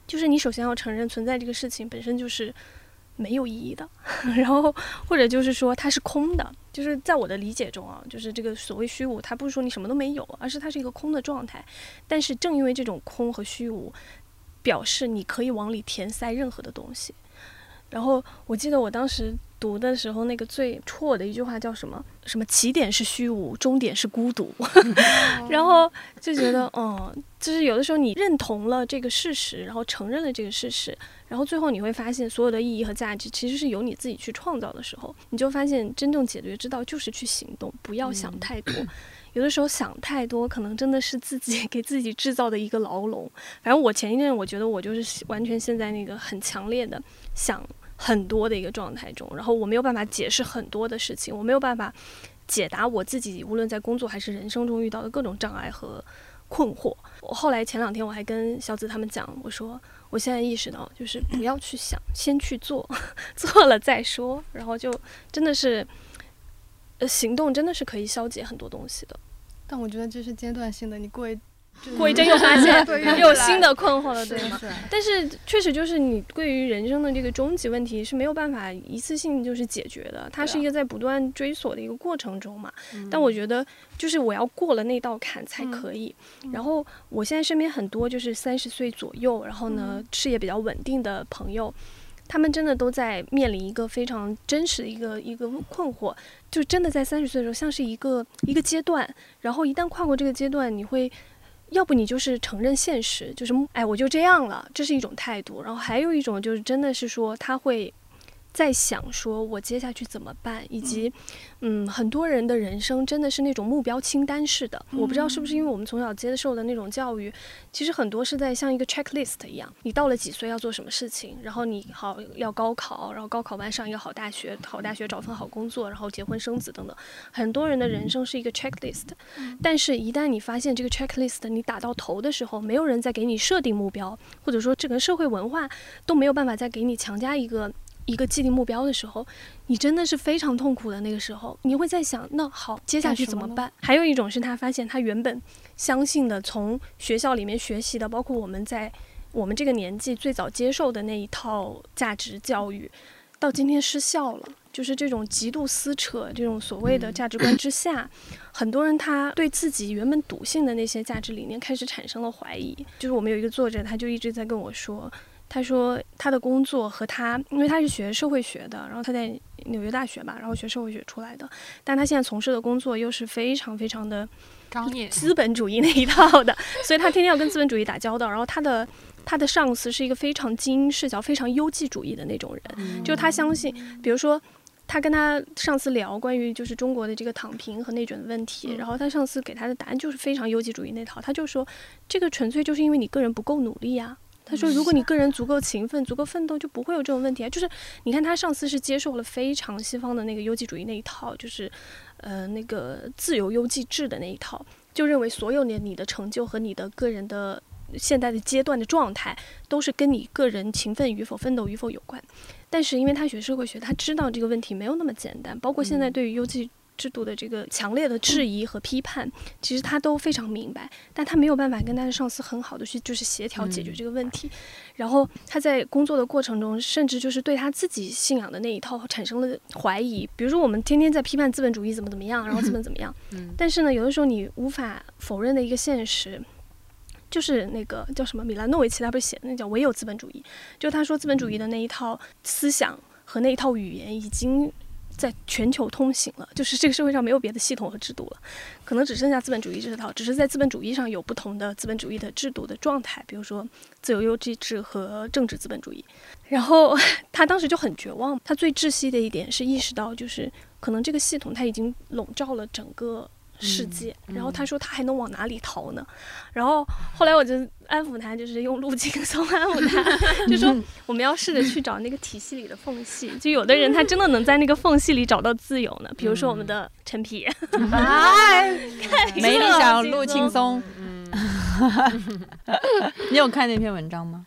B: 就是你首先要承认存在这个事情本身就是没有意义的，然后或者就是说它是空的，就是在我的理解中啊，就是这个所谓虚无，它不是说你什么都没有，而是它是一个空的状态。但是正因为这种空和虚无，表示你可以往里填塞任何的东西。然后我记得我当时读的时候，那个最戳我的一句话叫什么？什么起点是虚无，终点是孤独。然后就觉得，嗯，就是有的时候你认同了这个事实，然后承认了这个事实，然后最后你会发现，所有的意义和价值其实是由你自己去创造的时候，你就发现真正解决之道就是去行动，不要想太多。嗯有的时候想太多，可能真的是自己给自己制造的一个牢笼。反正我前一阵，我觉得我就是完全陷在那个很强烈的想很多的一个状态中，然后我没有办法解释很多的事情，我没有办法解答我自己无论在工作还是人生中遇到的各种障碍和困惑。我后来前两天我还跟小紫他们讲，我说我现在意识到，就是不要去想，先去做，做了再说，然后就真的是，呃，行动真的是可以消解很多东西的。
E: 但我觉得这是阶段性的，你过一
B: 过一阵又发现又有新的困惑了，对吗？但是确实就是你对于人生的这个终极问题是没有办法一次性就是解决的，它是一个在不断追索的一个过程中嘛。嗯、但我觉得就是我要过了那道坎才可以。嗯、然后我现在身边很多就是三十岁左右，然后呢、嗯、事业比较稳定的朋友。他们真的都在面临一个非常真实的一个一个困惑，就真的在三十岁的时候像是一个一个阶段，然后一旦跨过这个阶段，你会要不你就是承认现实，就是哎我就这样了，这是一种态度，然后还有一种就是真的是说他会在想说我接下去怎么办，以及嗯很多人的人生真的是那种目标清单式的，我不知道是不是因为我们从小接受的那种教育，其实很多是在像一个 checklist 一样，你到了几岁要做什么事情，然后你好要高考，然后高考完上一个好大学，好大学找份好工作，然后结婚生子等等，很多人的人生是一个 checklist， 但是一旦你发现这个 checklist 你打到头的时候，没有人再给你设定目标，或者说整个社会文化都没有办法再给你强加一个一个既定目标的时候，你真的是非常痛苦的。那个时候你会在想，那好接下去怎么办？还有一种是他发现他原本相信的，从学校里面学习的，包括我们在我们这个年纪最早接受的那一套价值教育，到今天失效了。就是这种极度撕扯这种所谓的价值观之下，很多人他对自己原本笃信的那些价值理念开始产生了怀疑。就是我们有一个作者，他就一直在跟我说，他说他的工作和他，因为他是学社会学的，然后他在纽约大学吧，然后学社会学出来的，但他现在从事的工作又是非常非常的
D: 商业
B: 资本主义那一套的，所以他天天要跟资本主义打交道。然后他的他的上司是一个非常精英视角、非常优绩主义的那种人，嗯、就他相信，比如说他跟他上司聊关于就是中国的这个躺平和内卷的问题，然后他上司给他的答案就是非常优绩主义那套，他就说这个纯粹就是因为你个人不够努力啊。他说如果你个人足够勤奋足够奋斗，就不会有这种问题啊。就是你看他上司是接受了非常西方的那个优绩主义那一套，就是呃那个自由优绩制的那一套，就认为所有的你的成就和你的个人的现在的阶段的状态都是跟你个人勤奋与否奋斗与否有关。但是因为他学社会学，他知道这个问题没有那么简单，包括现在对于优绩制度的这个强烈的质疑和批判，其实他都非常明白，但他没有办法跟他的上司很好的去就是协调解决这个问题。然后他在工作的过程中，甚至就是对他自己信仰的那一套产生了怀疑。比如说我们天天在批判资本主义怎么怎么样，然后资本怎么样，但是呢，有的时候你无法否认的一个现实，就是那个叫什么米兰诺维奇他不是写的那叫唯有资本主义，就他说资本主义的那一套思想和那一套语言已经在全球通行了，就是这个社会上没有别的系统和制度了，可能只剩下资本主义这套，只是在资本主义上有不同的资本主义的制度的状态，比如说自由优绩制和政治资本主义。然后他当时就很绝望，他最窒息的一点是意识到，就是可能这个系统它已经笼罩了整个世界，嗯嗯、然后他说他还能往哪里逃呢？然后后来我就安抚他，就是用陆轻松安抚他，就说我们要试着去找那个体系里的缝隙。就有的人他真的能在那个缝隙里找到自由呢，比如说我们的陈皮。
A: 哎，没理想陆轻松。你有看那篇文章吗？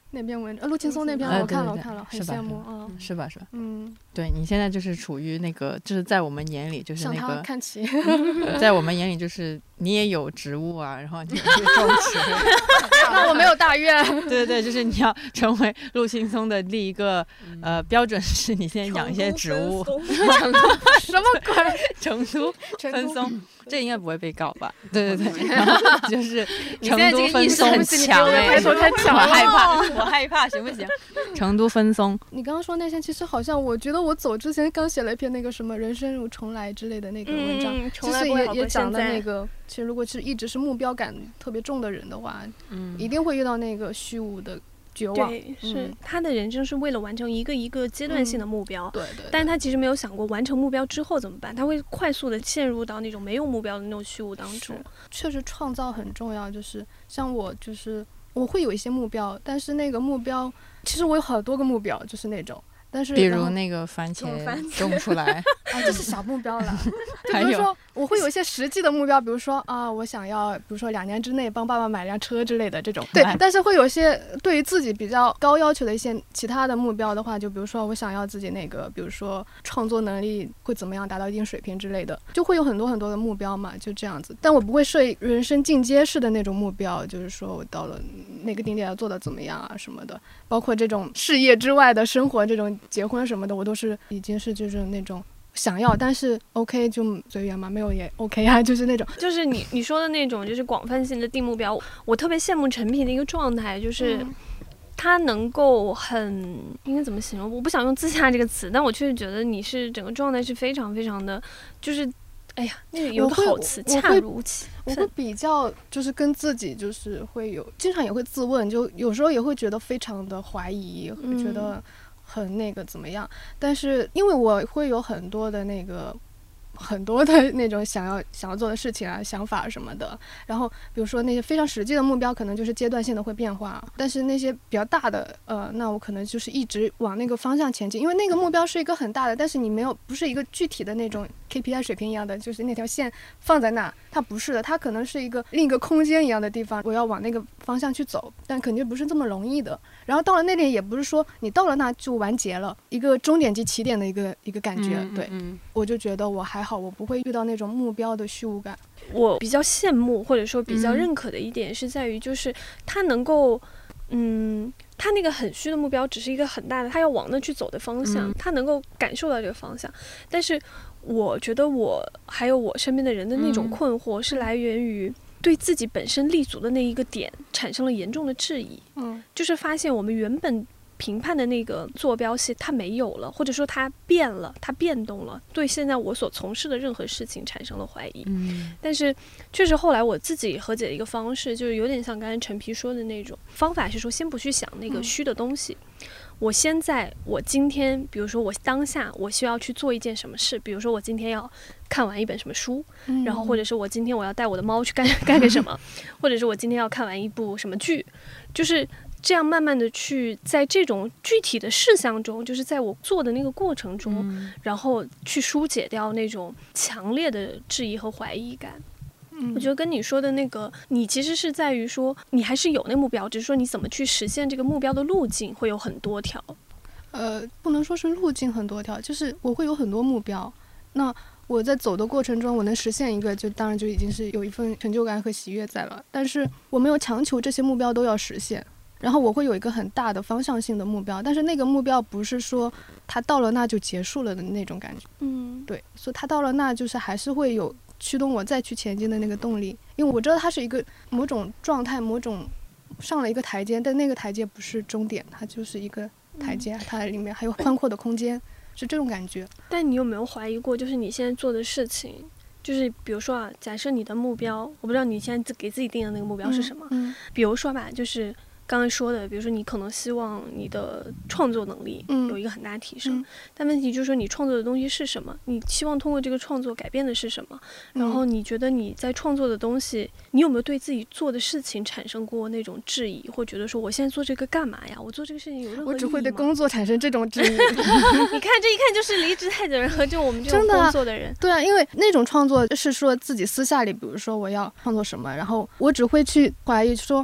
E: 那篇文章，陆青松那篇
A: 呃
E: 我看了，
A: 对对对
E: 我看了，很
A: 是吧
E: 羡慕啊。
A: 是吧是吧？
E: 嗯，
A: 对你现在就是处于那个，就是在我们眼里就是
E: 向他
A: 那个，
E: 看齐。
A: 在我们眼里就是你也有植物啊，然后你也会种植，
E: 那我没有大愿。
A: 对对，就是你要成为陆青松的第一个呃标准是你先养一些植物，
E: 什么鬼？
A: 成都
E: 成都
A: 分松，这应该不会被告吧？对对对，然后就是成
D: 你现在这
A: 都分
D: 个意识
A: 松
D: 很强哎，
E: 抬头太强
A: 我害
E: 了。
A: 怕，我害怕，行不行？成都分松，
E: 你刚刚说那些，其实好像我觉得我走之前刚写了一篇那个什么人生如重来之类的那个文章，
B: 嗯，
E: 其
B: 从来
E: 实
B: 不会好过
E: 也也讲
B: 现在
E: 的那个，其实如果是一直是目标感特别重的人的话，
D: 嗯，
E: 一定会遇到那个虚无的绝望。
B: 对，是
E: 嗯
B: 他的人生是为了完成一个一个阶段性的目标，
E: 对对，
B: 但是他其实没有想过完成目标之后怎么办，他会快速的陷入到那种没有目标的那种虚无当中。
E: 确实创造很重要，就是像我就是我会有一些目标，但是那个目标其实我有好多个目标，就是那种。但是
A: 比
E: 然后
A: 如那个番茄
C: 种番茄
A: 种出来，
E: 啊，这是小目标了。就
A: 还有
E: 比如说，我会有一些实际的目标，比如说啊，我想要，比如说两年之内帮爸爸买辆车之类的这种。对，但是会有一些对于自己比较高要求的一些其他的目标的话，就比如说我想要自己那个，比如说创作能力会怎么样达到一定水平之类的，就会有很多很多的目标嘛，就这样子。但我不会设人生进阶式的那种目标，就是说我到了那个顶点要做的怎么样啊什么的，包括这种事业之外的生活，这种结婚什么的，我都是已经是就是那种。想要，但是 OK 就随缘嘛，没有也 OK 啊，就是那种，
B: 就是你你说的那种，就是广泛性的定目标。我特别羡慕陈皮的一个状态，就是
E: 嗯
B: 他能够很应该怎么形容？我不想用自洽这个词，但我确实觉得你是整个状态是非常非常的，就是哎呀，那个有个好词，
E: 我会
B: 恰如其
E: 我会
B: 分。
E: 比较就是跟自己就是会有，经常也会自问，就有时候也会觉得非常的怀疑，会觉得很那个怎么样，但是因为我会有很多的那个。很多的那种想要想要做的事情啊、想法什么的，然后比如说那些非常实际的目标，可能就是阶段性的会变化，但是那些比较大的，呃，那我可能就是一直往那个方向前进，因为那个目标是一个很大的，但是你没有不是一个具体的那种 K P I 水平一样的，就是那条线放在那，它不是的，它可能是一个另一个空间一样的地方，我要往那个方向去走，但肯定不是这么容易的。然后到了那里，也不是说你到了那就完结了，一个终点及起点的一个一个感觉，
D: 嗯
E: 对。
D: 嗯
E: 我就觉得我还好，我不会遇到那种目标的虚无感。
B: 我比较羡慕或者说比较
E: 嗯
B: 认可的一点是在于，就是他能够，嗯，他那个很虚的目标只是一个很大的，他要往那去走的方向，
D: 嗯
B: 他能够感受到这个方向。但是我觉得我还有我身边的人的那种
D: 嗯
B: 困惑是来源于对自己本身立足的那一个点产生了严重的质疑，
E: 嗯
B: 就是发现我们原本评判的那个坐标系它没有了，或者说它变了，它变动了，对现在我所从事的任何事情产生了怀疑。
D: 嗯
B: 但是确实后来我自己和解的一个方式，就是有点像刚才陈皮说的那种方法，是说先不去想那个虚的东西。嗯我现在，我今天，比如说我当下，我需要去做一件什么事，比如说我今天要看完一本什么书，
E: 嗯
B: 然后或者是我今天我要带我的猫去干干个什么，或者是我今天要看完一部什么剧，就是这样慢慢的去在这种具体的事项中，就是在我做的那个过程中，
D: 嗯
B: 然后去疏解掉那种强烈的质疑和怀疑感。
E: 嗯
B: 我觉得跟你说的那个，你其实是在于说，你还是有那目标，只是说你怎么去实现这个目标的路径会有很多条。
E: 呃，不能说是路径很多条，就是我会有很多目标。那我在走的过程中，我能实现一个，就当然就已经是有一份成就感和喜悦在了。但是我没有强求这些目标都要实现。然后我会有一个很大的方向性的目标，但是那个目标不是说它到了那就结束了的那种感觉。
B: 嗯，
E: 对，所以它到了那就是还是会有驱动我再去前进的那个动力，因为我知道它是一个某种状态，某种上了一个台阶，但那个台阶不是终点，它就是一个台阶，它里面还有宽阔的空间，是这种感觉。
B: 但你有没有怀疑过，就是你现在做的事情，就是比如说啊，假设你的目标，我不知道你现在自给自己定的那个目标是什么，
E: 嗯
B: 比如说吧，就是刚才说的，比如说你可能希望你的创作能力
E: 嗯
B: 有一个很大提升，
E: 嗯
B: 但问题就是说你创作的东西是什么？你希望通过这个创作改变的是什么？然后你觉得你在创作的东西，你有没有对自己做的事情产生过那种质疑，或觉得说我现在做这个干嘛呀？我做这个事情有任何
E: 我只会
B: 意义吗
E: 对工作产生这种质疑。
B: 你看这一看就是离职太久的人和就我们这种
E: 真的啊
B: 工作的人。
E: 对啊，因为那种创作是说自己私下里，比如说我要创作什么，然后我只会去怀疑说，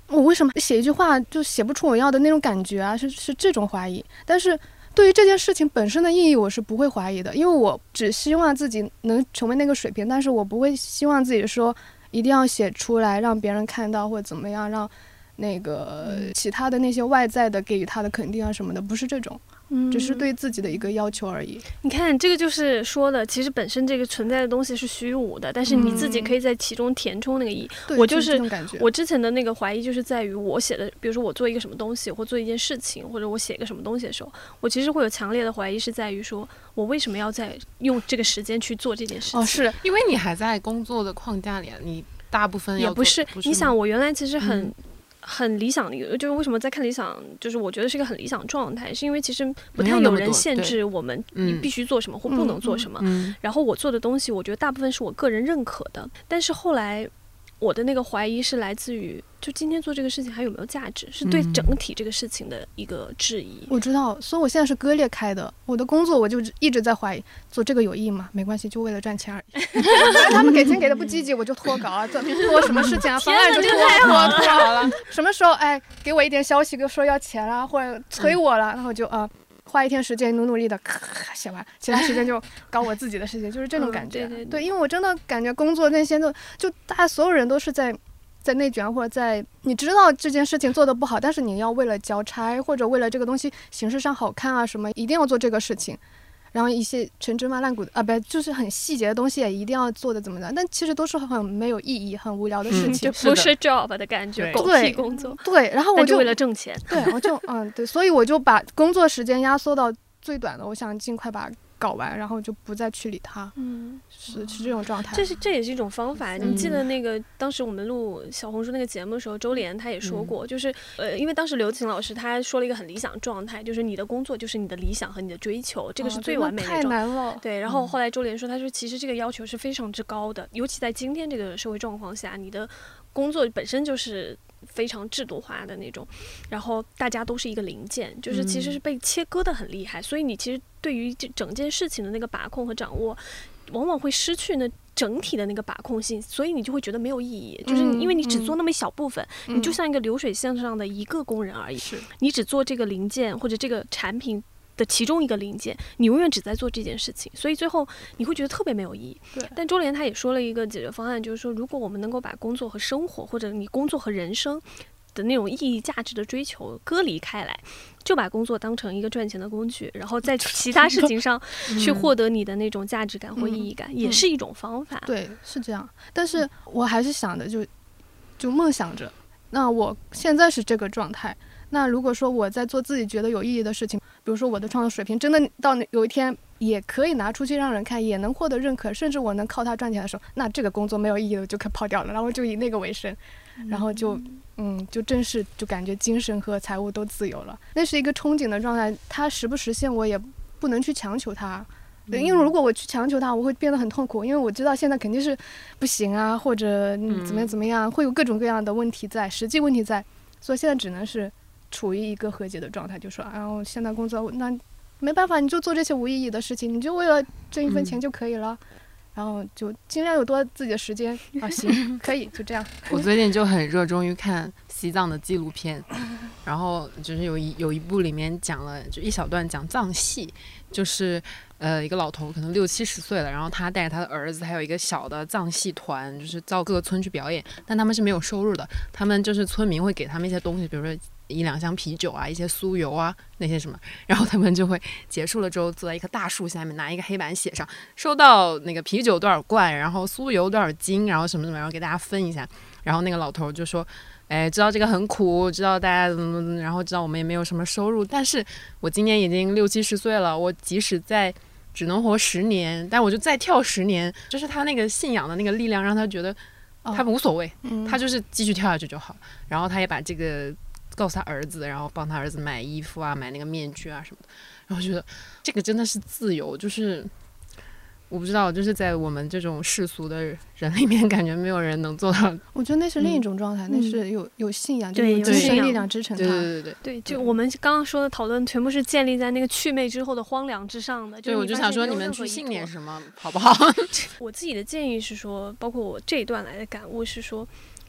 E: 我为什么写一句话就写不出我要的那种感觉啊？是是这种怀疑。但是对于这件事情本身的意义，我是不会怀疑的，因为我只希望自己能成为那个水平，但是我不会希望自己说一定要写出来让别人看到或者怎么样，让那个其他的那些外在的给予他的肯定啊什么的，不是这种。只是对自己的一个要求而已。
B: 你看，这个就是说的，其实本身这个存在的东西是虚无的，但是你自己可以在其中填充那个意义。
E: 嗯、
B: 我就是
E: 是
B: 我之前的那个怀疑，就是在于我写的，比如说我做一个什么东西，或做一件事情，或者我写一个什么东西的时候，我其实会有强烈的怀疑，是在于说我为什么要在用这个时间去做这件事情？
E: 哦，是
D: 因为你还在工作的框架里，你大部分要
B: 也不是。
D: 不是
B: 你想，我原来其实很。
D: 嗯
B: 很理想的一个，就是为什么在看理想，就是我觉得是一个很理想状态，是因为其实不太有人限制我们你必须做什么或不能做什么。
D: 嗯嗯、
B: 然后我做的东西，我觉得大部分是我个人认可的。但是后来我的那个怀疑是来自于，就今天做这个事情还有没有价值，是对整体这个事情的一个质疑。
E: 我知道，所以我现在是割裂开的。我的工作我就一直在怀疑，做这个有意义吗？没关系，就为了赚钱而已。他们给钱给的不积极，我就脱稿啊，做做什么事情啊，方案就脱脱脱好了。什么时候哎给我一点消息，跟说要钱啦，或者催我了，然后就啊。花一天时间努努力的写完，其他时间就搞我自己的事情，就是这种感觉。
B: 嗯、对, 对,
E: 对，因为我真的感觉工作那些都就大家所有人都是在在内卷，或者在你知道这件事情做得不好，但是你要为了交差或者为了这个东西形式上好看啊什么，一定要做这个事情。然后一些陈芝麻烂谷的啊，不就是很细节的东西也一定要做的怎么样？但其实都是很没有意义、很无聊的事情，
B: 嗯、就不是 job 的感觉，狗屁工作。
E: 对，然后我就
B: 为了挣钱，
E: 对，我就嗯对，所以我就把工作时间压缩到最短的，我想尽快把搞完，然后就不再去理他。
B: 嗯，
E: 是是这种状态。
B: 这是这也是一种方法。你记得那个当时我们录小红书那个节目的时候，周莲她也说过，嗯、就是呃，因为当时刘晴老师她说了一个很理想状态，就是你的工作就是你的理想和你的追求，这个是最完美的那种。
E: 哦、太难了。
B: 对，然后后来周莲说，她说其实这个要求是非常之高的，尤其在今天这个社会状况下，你的工作本身就是非常制度化的那种，然后大家都是一个零件，就是其实是被切割的很厉害，嗯、所以你其实对于这整件事情的那个把控和掌握，往往会失去那整体的那个把控性，所以你就会觉得没有意义，就是因为你只做那么一小部分，嗯、你就像一个流水线上的一个工人而已，
E: 是
B: 你只做这个零件或者这个产品的其中一个零件，你永远只在做这件事情，所以最后你会觉得特别没有意义。
E: 对。
B: 但周莲她也说了一个解决方案，就是说，如果我们能够把工作和生活，或者你工作和人生的那种意义价值的追求割离开来，就把工作当成一个赚钱的工具，然后在其他事情上去获得你的那种价值感或意义感，嗯、也是一种方法。
E: 对，是这样。但是我还是想的就，就梦想着，那我现在是这个状态。那如果说我在做自己觉得有意义的事情，比如说我的创作水平真的到有一天也可以拿出去让人看，也能获得认可，甚至我能靠它赚钱的时候，那这个工作没有意义的就可抛掉了，然后就以那个为生，然后就嗯就正式就感觉精神和财务都自由了。那是一个憧憬的状态，它实不实现我也不能去强求它。对，因为如果我去强求它，我会变得很痛苦，因为我知道现在肯定是不行啊，或者嗯怎么样怎么样，会有各种各样的问题在，实际问题在，所以现在只能是处于一个和解的状态，就说啊，我现在工作那没办法，你就做这些无意义的事情，你就为了挣一分钱就可以了，嗯、然后就尽量有多自己的时间啊，行，可以就这样。
D: 我最近就很热衷于看西藏的纪录片，然后就是有一有一部里面讲了就一小段讲藏戏，就是呃一个老头可能六七十岁了，然后他带着他的儿子还有一个小的藏戏团，就是到各个村去表演，但他们是没有收入的，他们就是村民会给他们一些东西，比如说一两箱啤酒啊，一些酥油啊，那些什么，然后他们就会结束了之后坐在一棵大树下面，拿一个黑板写上收到那个啤酒多少罐，然后酥油多少斤，然后什么什么，然后给大家分一下。然后那个老头就说，哎，知道这个很苦，知道大家怎么怎么，然后知道我们也没有什么收入，但是我今年已经六七十岁了，我即使在只能活十年，但我就再跳十年，就是他那个信仰的那个力量让他觉得他无所谓，哦嗯、他就是继续跳下去就好。然后他也把这个告诉他儿子，然后帮他儿子买衣服啊，买那个面具啊什么的，然后觉得这个真的是自由，就是我不知道，就是在我们这种世俗的人里面，感觉没有人能做到。
E: 我觉得那是另一种状态，嗯、那是有有信仰，
B: 对，
E: 有精神力量支撑它。
D: 对对对对
B: 对，就我们刚刚说的讨论，全部是建立在那个祛魅之后的荒凉之上的。
D: 对，
B: 就
D: 我就想说，你们去信念什么，好不好？
B: 我自己的建议是说，包括我这一段来的感悟是说。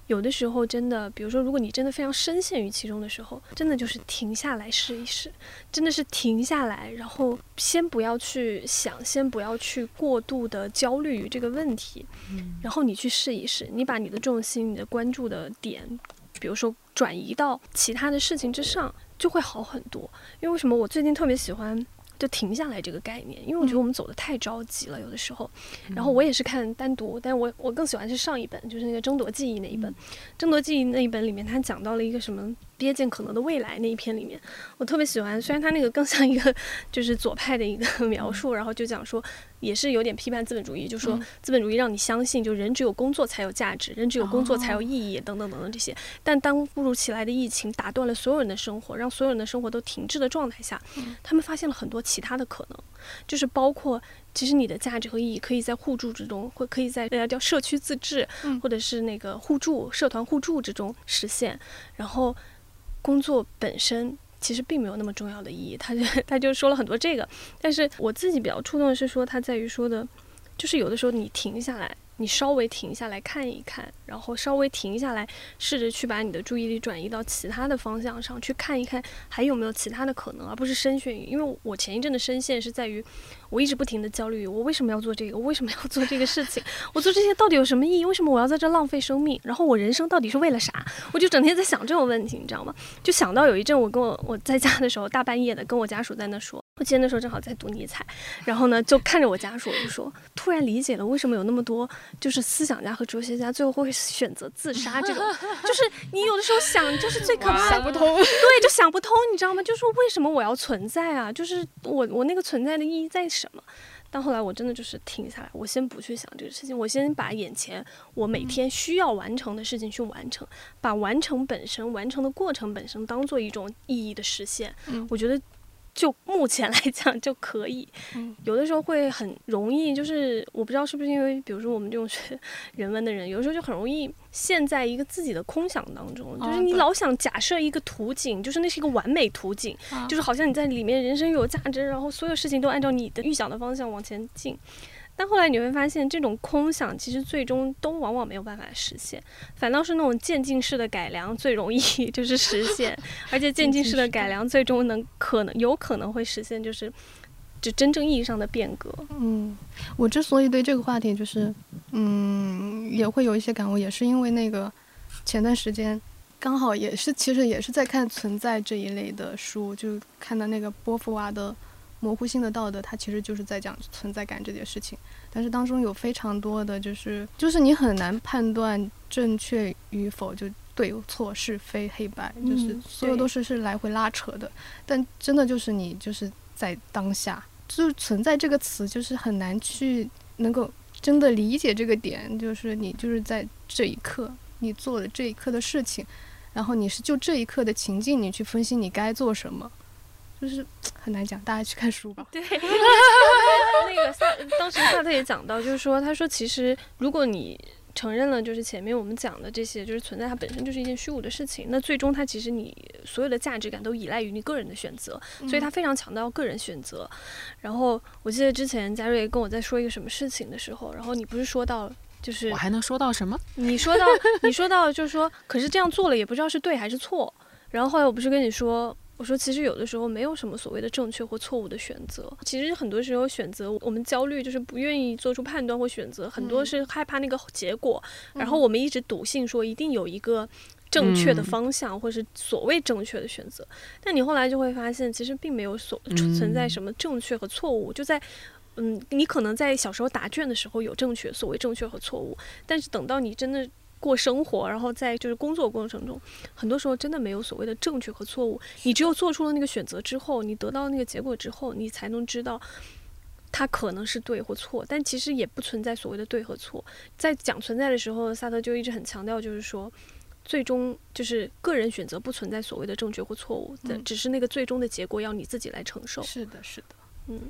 B: 有的时候真的，比如说如果你真的非常深陷于其中的时候，真的就是停下来试一试，真的是停下来，然后先不要去想，先不要去过度的焦虑于这个问题，然后你去试一试，你把你的重心、你的关注的点，比如说转移到其他的事情之上，就会好很多。因为为什么我最近特别喜欢就停下来这个概念，因为我觉得我们走得太着急了，有的时候。然后我也是看单独，但我我更喜欢是上一本，就是那个争夺记忆那一本。争夺记忆那一本里面，他讲到了一个什么瞥见可能的未来那一篇里面，我特别喜欢。虽然他那个更像一个就是左派的一个描述，然后就讲说也是有点批判资本主义，就说资本主义让你相信，就人只有工作才有价值，人只有工作才有意义，等等等等这些。但当突如其来的疫情打断了所有人的生活，让所有人的生活都停滞的状态下，他们发现了很多其他的可能，就是包括其实你的价值和意义可以在互助之中，或可以在大家叫社区自治，或者是那个互助、社团互助之中实现。然后工作本身其实并没有那么重要的意义，他就他就说了很多这个。但是我自己比较触动的是说，他在于说的，就是有的时候你停下来，你稍微停下来看一看，然后稍微停下来，试着去把你的注意力转移到其他的方向上去看一看，还有没有其他的可能，而不是深陷于。因为我前一阵的深陷是在于，我一直不停的焦虑，我为什么要做这个？我为什么要做这个事情？我做这些到底有什么意义？为什么我要在这浪费生命？然后我人生到底是为了啥？我就整天在想这种问题，你知道吗？就想到有一阵我跟我我在家的时候，大半夜的跟我家属在那说。我记得那时候正好在读尼采，然后呢就看着我家属就说，突然理解了为什么有那么多就是思想家和哲学家最后会选择自杀这种，就是你有的时候想就是最可怕的，
E: 想不通，
B: 对，就想不通，你知道吗？就是说为什么我要存在啊？就是我我那个存在的意义在什么？但后来我真的就是停下来，我先不去想这个事情，我先把眼前我每天需要完成的事情去完成，把完成本身、完成的过程本身当做一种意义的实现。嗯，我觉得。就目前来讲就可以，有的时候会很容易，就是我不知道是不是因为，比如说我们这种学人文的人，有的时候就很容易陷在一个自己的空想当中，就是你老想假设一个图景，就是那是一个完美图景，就是好像你在里面人生有价值，然后所有事情都按照你的预想的方向往前进。但后来你会发现，这种空想其实最终都往往没有办法实现，反倒是那种渐进式的改良最容易就是实现，而且渐进式的改良最终能可能有可能会实现就是就真正意义上的变革。
E: 嗯，我之所以对这个话题就是嗯也会有一些感悟，也是因为那个前段时间刚好也是其实也是在看存在这一类的书，就看到那个波伏娃的模糊性的道德，它其实就是在讲存在感这件事情，但是当中有非常多的就是就是你很难判断正确与否，就对错是非黑白，嗯、就是所有都是是来回拉扯的。但真的就是你就是在当下，就是存在这个词就是很难去能够真的理解这个点，就是你就是在这一刻你做了这一刻的事情，然后你是就这一刻的情境你去分析你该做什么。就是很难讲，大家去看书吧。
B: 对，那个萨当时萨特也讲到，就是说，他说其实如果你承认了，就是前面我们讲的这些，就是存在它本身就是一件虚无的事情，那最终它其实你所有的价值感都依赖于你个人的选择，所以他非常强调个人选择。嗯、然后我记得之前嘉瑞跟我在说一个什么事情的时候，然后你不是说到。就是
D: 我还能说到什么？
B: 你说到你说到就是说，可是这样做了也不知道是对还是错。然后后来我不是跟你说。我说其实有的时候没有什么所谓的正确或错误的选择，其实很多时候选择我们焦虑就是不愿意做出判断或选择，很多是害怕那个结果，嗯、然后我们一直笃信说一定有一个正确的方向、嗯、或是所谓正确的选择，但你后来就会发现其实并没有所存在什么正确和错误，就在嗯，你可能在小时候答卷的时候有正确所谓正确和错误，但是等到你真的过生活，然后在就是工作过程中，很多时候真的没有所谓的正确和错误，你只有做出了那个选择之后，你得到那个结果之后，你才能知道它可能是对或错，但其实也不存在所谓的对和错。在讲存在的时候，萨特就一直很强调，就是说最终就是个人选择不存在所谓的正确或错误的、嗯、只是那个最终的结果要你自己来承受。
E: 是的是的，
B: 嗯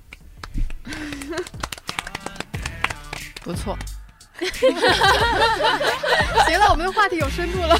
A: 不错
E: 行了，我们的话题有深度了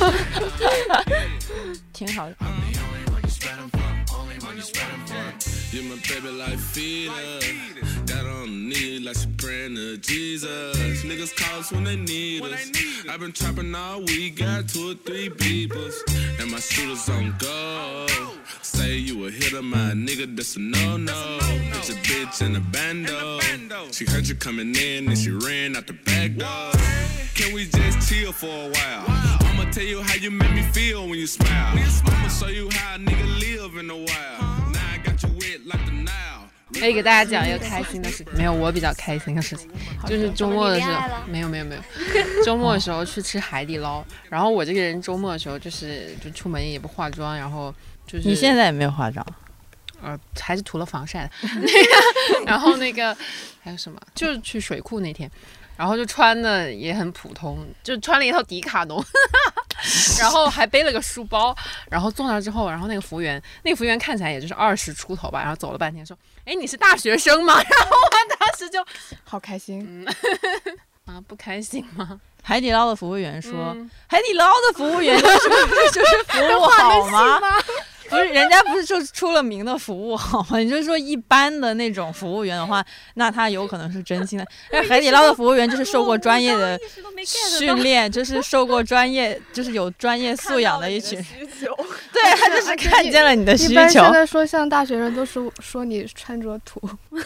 A: 挺好的。
H: You're my baby like feeder. That on on the knee like she praying to Jesus. Niggas call us when they need us. I've been trapping all week, got two or three beepers, and my shooters on go. Say you a hitter, my nigga, that's a no-no. It's a bitch in a bando. She heard you coming in and she ran out the back door. Can we just chill for a while? I'ma tell you how you make me feel when you smile. I'ma show you how a nigga live in the wild. Now I got you wet like the Nile.
D: 可以给大家讲一个开心的事情，没有我比较开心的事情，就是周末的时候，没有没有没有，周末的时候去吃海底捞，然后我这个人周末的时候就是就出门也不化妆，然后就是
A: 你现在也没有化妆，
D: 呃，还是涂了防晒的，然后那个还有什么，就是去水库那天。然后就穿的也很普通，就穿了一套迪卡侬，然后还背了个书包，然后坐那之后，然后那个服务员，那个服务员看起来也就是二十出头吧，然后走了半天说：“哎，你是大学生吗？”然后我当时就
E: 好开心，
D: 嗯、啊，不开心吗？
A: 海底捞的服务员说：“
D: 嗯、
A: 海底捞的服务员就是就是服务好吗？”不是，人家不是就出了名的服务好吗？你就是说一般的那种服务员的话，那他有可能是真心的。但海底捞的服务员就是受过专业的训练，就是受过专业，就是有专业素养的一群。对，他就是看见了你的需求。
E: 一般现在说像大学生都是说你穿着土。为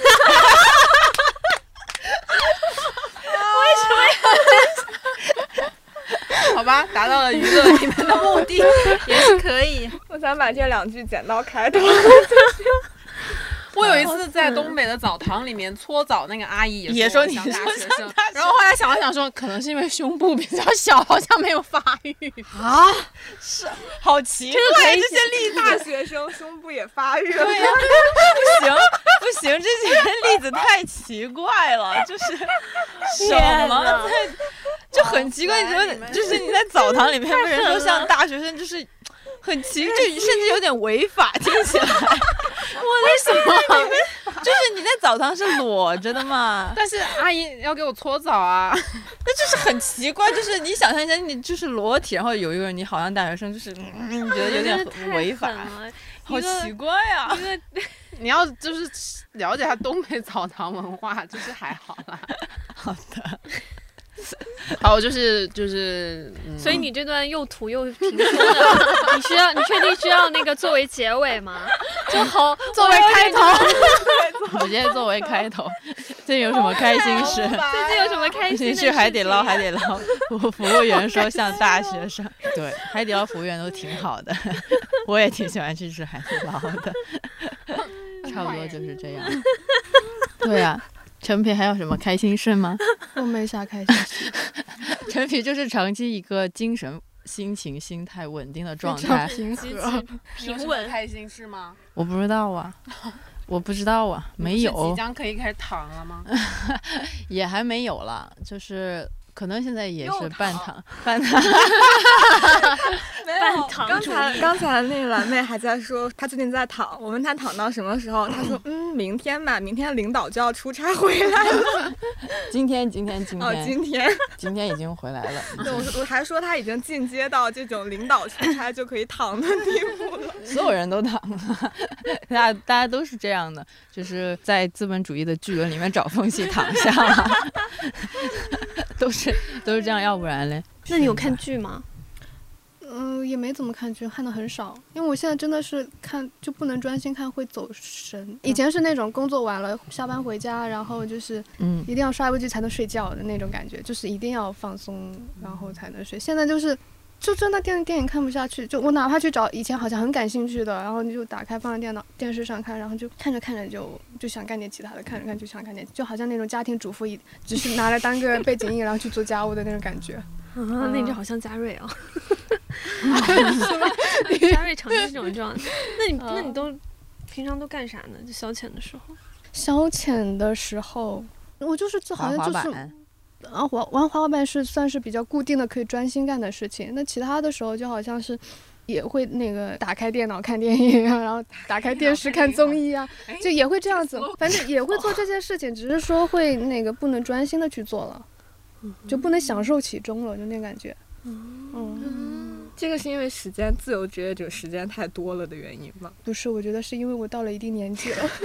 D: 什么要？好吧，达到了娱乐你们的目的，也是可以。
C: 我想把这两句剪到开头。
D: 我有一次在东北的澡堂里面搓澡，那个阿姨
A: 也说你
D: 是大学生，然后后来想了想说，可能是因为胸部比较小，好像没有发育
A: 啊，是好奇怪，这些例
C: 大学生胸部也发育了，
A: 对呀、啊，不行不行，这些例子太奇怪了，就是什么在就很奇怪，你说就是你在澡堂里面被人说像大学生，就是很奇，就甚至有点违法，听起来。为什么？就是你在澡堂是裸着的嘛？
D: 但是阿姨要给我搓澡啊，
A: 那就是很奇怪。就是你想象一下，你就是裸体，然后有一个人你好像大学生，就是嗯，觉得有点违法，好奇怪啊！
D: 因为你要就是了解下东北澡堂文化，就是还好啦。
A: 好的。
D: 好，就是就是，
B: 嗯、所以你这段又土又平说的，你需要，你确定需要那个作为结尾吗？就好
E: 作为开头，
A: 我觉得作为开头，最近有什么开心事？
B: 最近有什么开心的事？
A: 你去海底捞，海底捞服服务员说像大学生，对，海底捞服务员都挺好的，我也挺喜欢去吃海底捞的，差不多就是这样。对呀、啊。陈皮还有什么开心事吗？
E: 我没啥开心事。
A: 陈皮就是长期一个精神、心情、心态稳定的状态，
E: 平和、
B: 平稳。
D: 开心事吗？
A: 我不知道啊，我不知道啊，没有。
D: 即将可以开始躺了吗？
A: 也还没有了，就是可能现在也是半躺，半躺。
B: 半躺
C: 刚才刚才那个蓝妹还在说她最近在躺，我问她躺到什么时候，她说嗯明天吧，明天领导就要出差回来了。
A: 今天今天今天
C: 哦今天
A: 今天已经回来了。
C: 对，我我还说她已经进阶到这种领导出差就可以躺的地步了。
A: 所有人都躺了，大家大家都是这样的，就是在资本主义的巨轮里面找缝隙躺下了，都是都是这样，要不然嘞？
B: 那你有看剧吗？
E: 嗯、呃，也没怎么看剧，看的很少，因为我现在真的是看就不能专心看，会走神。以前是那种工作完了下班回家，然后就是嗯，一定要刷一部剧才能睡觉的那种感觉，就是一定要放松然后才能睡。现在就是就真的电电影看不下去，就我哪怕去找以前好像很感兴趣的，然后你就打开放在电脑电视上看，然后就看着看着就就想干点其他的，看着看就想干点，就好像那种家庭主妇一只是拿来当个背景音然后去做家务的那种感觉。
B: 啊，那你这好像嘉瑞啊！嘉瑞长期是这种状态。那你那你都平常都干啥呢？就消遣的时候？
E: 消遣的时候，我就是好像就是啊，滑玩滑滑板是算是比较固定的可以专心干的事情。那其他的时候就好像是也会那个打开电脑看电影啊，然后打开电视看综艺啊，就也会这样子，反正也会做这些事情，只是说会那个不能专心的去做了。就不能享受其中了，就那感觉。嗯，
C: 这个是因为时间自由职业者时间太多了的原因吗？
E: 不是，我觉得是因为我到了一定年纪了，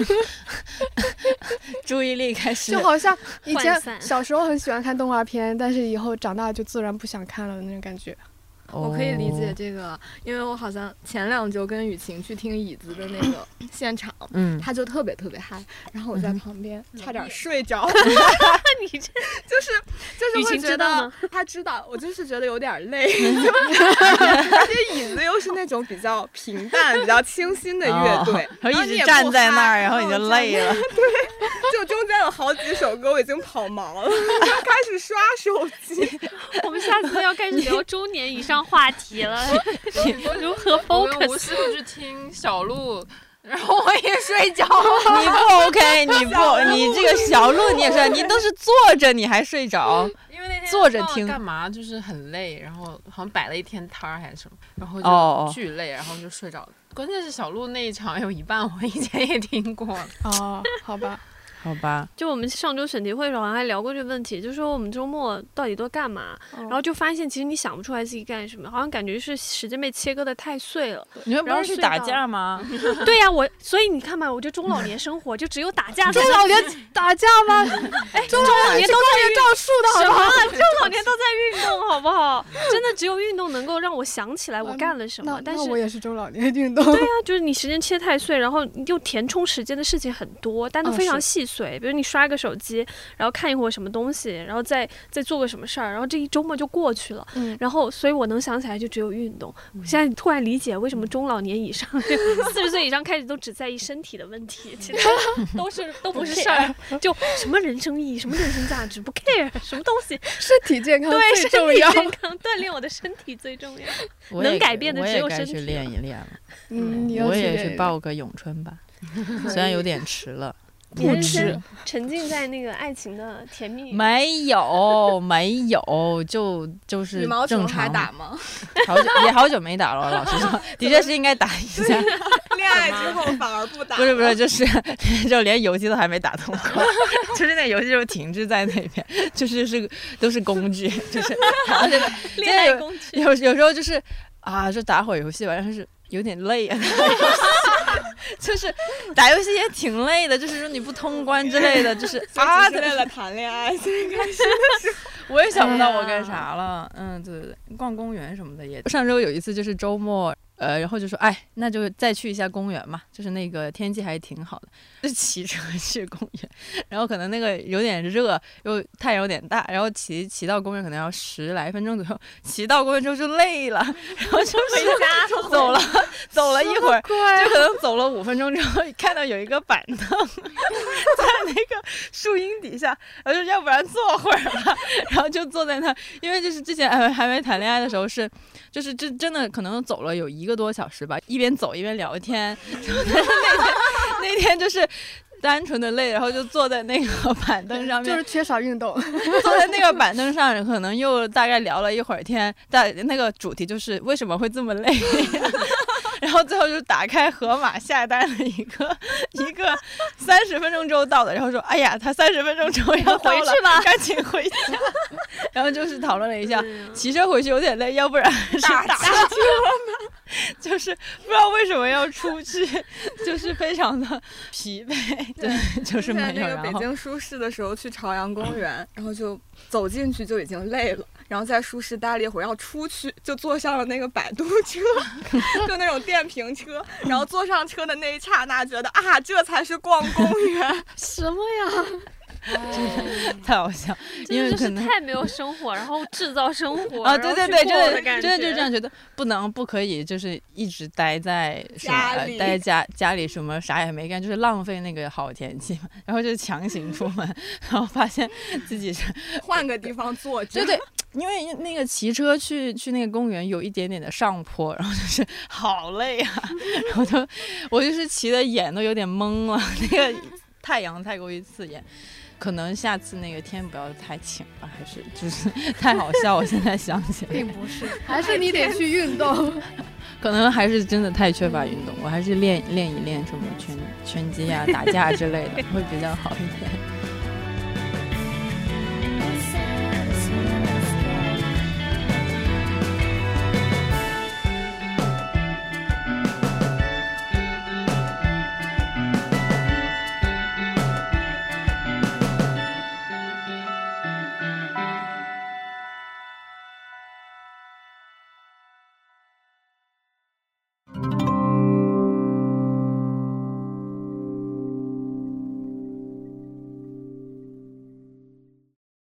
A: 注意力开始
E: 就好像以前
B: 涣散
E: 小时候很喜欢看动画片，但是以后长大就自然不想看了的那种感觉。
C: 我可以理解这个，因为我好像前两周跟雨晴去听椅子的那个现场，
A: 嗯，
C: 他就特别特别嗨，然后我在旁边差点睡着。
B: 你这
C: 就是就是
B: 雨晴
C: 会觉得
B: 知道吗
C: 他知道，我就是觉得有点累，而且椅子又是那种比较平淡、比较清新的乐队，
A: 哦然后一直
C: 你也不
A: 站在那儿，
C: 嗨
A: 然后你就累了。
C: 就中间有好几首歌我已经跑毛了，开始刷手机。
B: 我们下次要开始聊中年以上话题了，如何
D: 我们无
B: focus？
D: 事不去听小鹿，然后我也睡着。
A: 你不 OK，你不，你这个小鹿你也是，你都是坐着你还睡着。
D: 因为那天
A: 坐着听
D: 干嘛就是很累，然后好像摆了一天摊儿还是什么，然后
A: 哦
D: 就巨累，然后就睡着了。关键是小鹿那一场有一半我以前也听过。
E: 哦，好吧。
A: 好吧，
B: 就我们上周选题会的时候好像还聊过这个问题，就说我们周末到底都干嘛，
E: 哦
B: 然后就发现其实你想不出来自己干什么，好像感觉是时间被切割的太碎了。
A: 你们不是去打架吗？
B: 对呀、啊，我所以你看嘛，我这中老年生活就只有打架。
E: 中老年打架吗？哎，中老年都在照树的好不好？
B: 中老年都在运动，好不好？真的只有运动能够让我想起来我干了什么。
E: 那
B: 但是
E: 那我也是中老年运动。
B: 对啊，就是你时间切太碎，然后又填充时间的事情很多，但都非常细碎。比如你刷个手机，然后看一会儿什么东西，然后再再做个什么事儿，然后这一周末就过去了。
E: 嗯，
B: 然后所以我能想起来就只有运动。我现在突然理解为什么中老年以上、四十岁以上开始都只在意身体的问题，其实都是都不是事儿，就什么人生意义、什么人生价值不 care， 什么东西，
E: 身体健康
B: 对
E: 最重要。
B: 身体健康，锻炼我的身体最重要。
A: 我也
B: 能改变的只有
A: 我也该去
B: 身体
A: 练一练了。
E: 嗯，你要
A: 我也去
E: 去练
A: 报个咏春吧，虽然有点迟了。
B: 不止沉浸在那个爱情的甜蜜。
A: 没有没有，就就是
C: 羽毛球
A: 正常
C: 还打吗？
A: 好久也好久没打了，老实说，的确是应该打一下。
C: 恋爱之后反而不打？
A: 不是不是，就是就连游戏都还没打通过，就是那游戏就停滞在那边，就是是都是工具，就是然后这个
B: 恋爱工具。
A: 有有时候就是啊，就打会儿游戏吧，但是有点累啊。就是打游戏也挺累的，就是说你不通关之类的，就是啊，
C: 为了谈恋爱，最开始的时候，
A: 我也想不到我干啥了。嗯，对对对，逛公园什么的也。上周有一次就是周末，呃，然后就说，哎，那就再去一下公园嘛，就是那个天气还挺好的，就骑车去公园，然后可能那个有点热，又太阳有点大，然后骑骑到公园可能要十来分钟左右，骑到公园之后就累了，然后就回家走了，走了一会儿，就可能走了五分钟之后，看到有一个板凳在那个树荫底下，然后就要不然坐会儿吧，然后就坐在那，因为就是之前还还没谈恋爱的时候是，就是真真的可能走了有一个多小时吧，一边走一边聊天，然后但是那天那天就是单纯的累，然后就坐在那个板凳上面，
E: 就是缺少运动，
A: 坐在那个板凳上，可能又大概聊了一会儿天，但那个主题就是为什么会这么累。然后最后就打开盒马下单了一个一个三十分钟之后到的，然后说哎呀他三十分钟之后要到了，
B: 回去吧，
A: 赶紧回家。然后就是讨论了一下，骑车回去有点累，要不然是打车吧，就是不知道为什么要出去，就是非常的疲惫。对，就是没有。
C: 那个北京书市的时候去朝阳公园，然后就走进去就已经累了，然后在书市待了一会儿，要出去就坐上了那个摆渡车，就那种电瓶车，然后坐上车的那一刹那，觉得啊，这才是逛公园。
E: 什么呀？
A: 太好笑，因为可能
B: 太没有生活，然后制造生活
A: 啊，对对对，真的
B: 真
A: 的就是这样觉得，不能不可以，就是一直待在
C: 家里，
A: 待在家家里什么啥也没干，就是浪费那个好天气嘛，然后就强行出门，然后发现自己是
C: 换个地方坐着，
A: 对对。因为那个骑车去去那个公园有一点点的上坡，然后就是好累啊，然后就我就是骑的眼都有点懵了，那个太阳太过于刺眼。可能下次那个天不要太晴吧，还是就是太好笑，我现在想起来，
E: 并不是，还是你得去运动。
A: 可能还是真的太缺乏运动，我还是练练一练什么拳拳击啊、打架之类的，会比较好一点。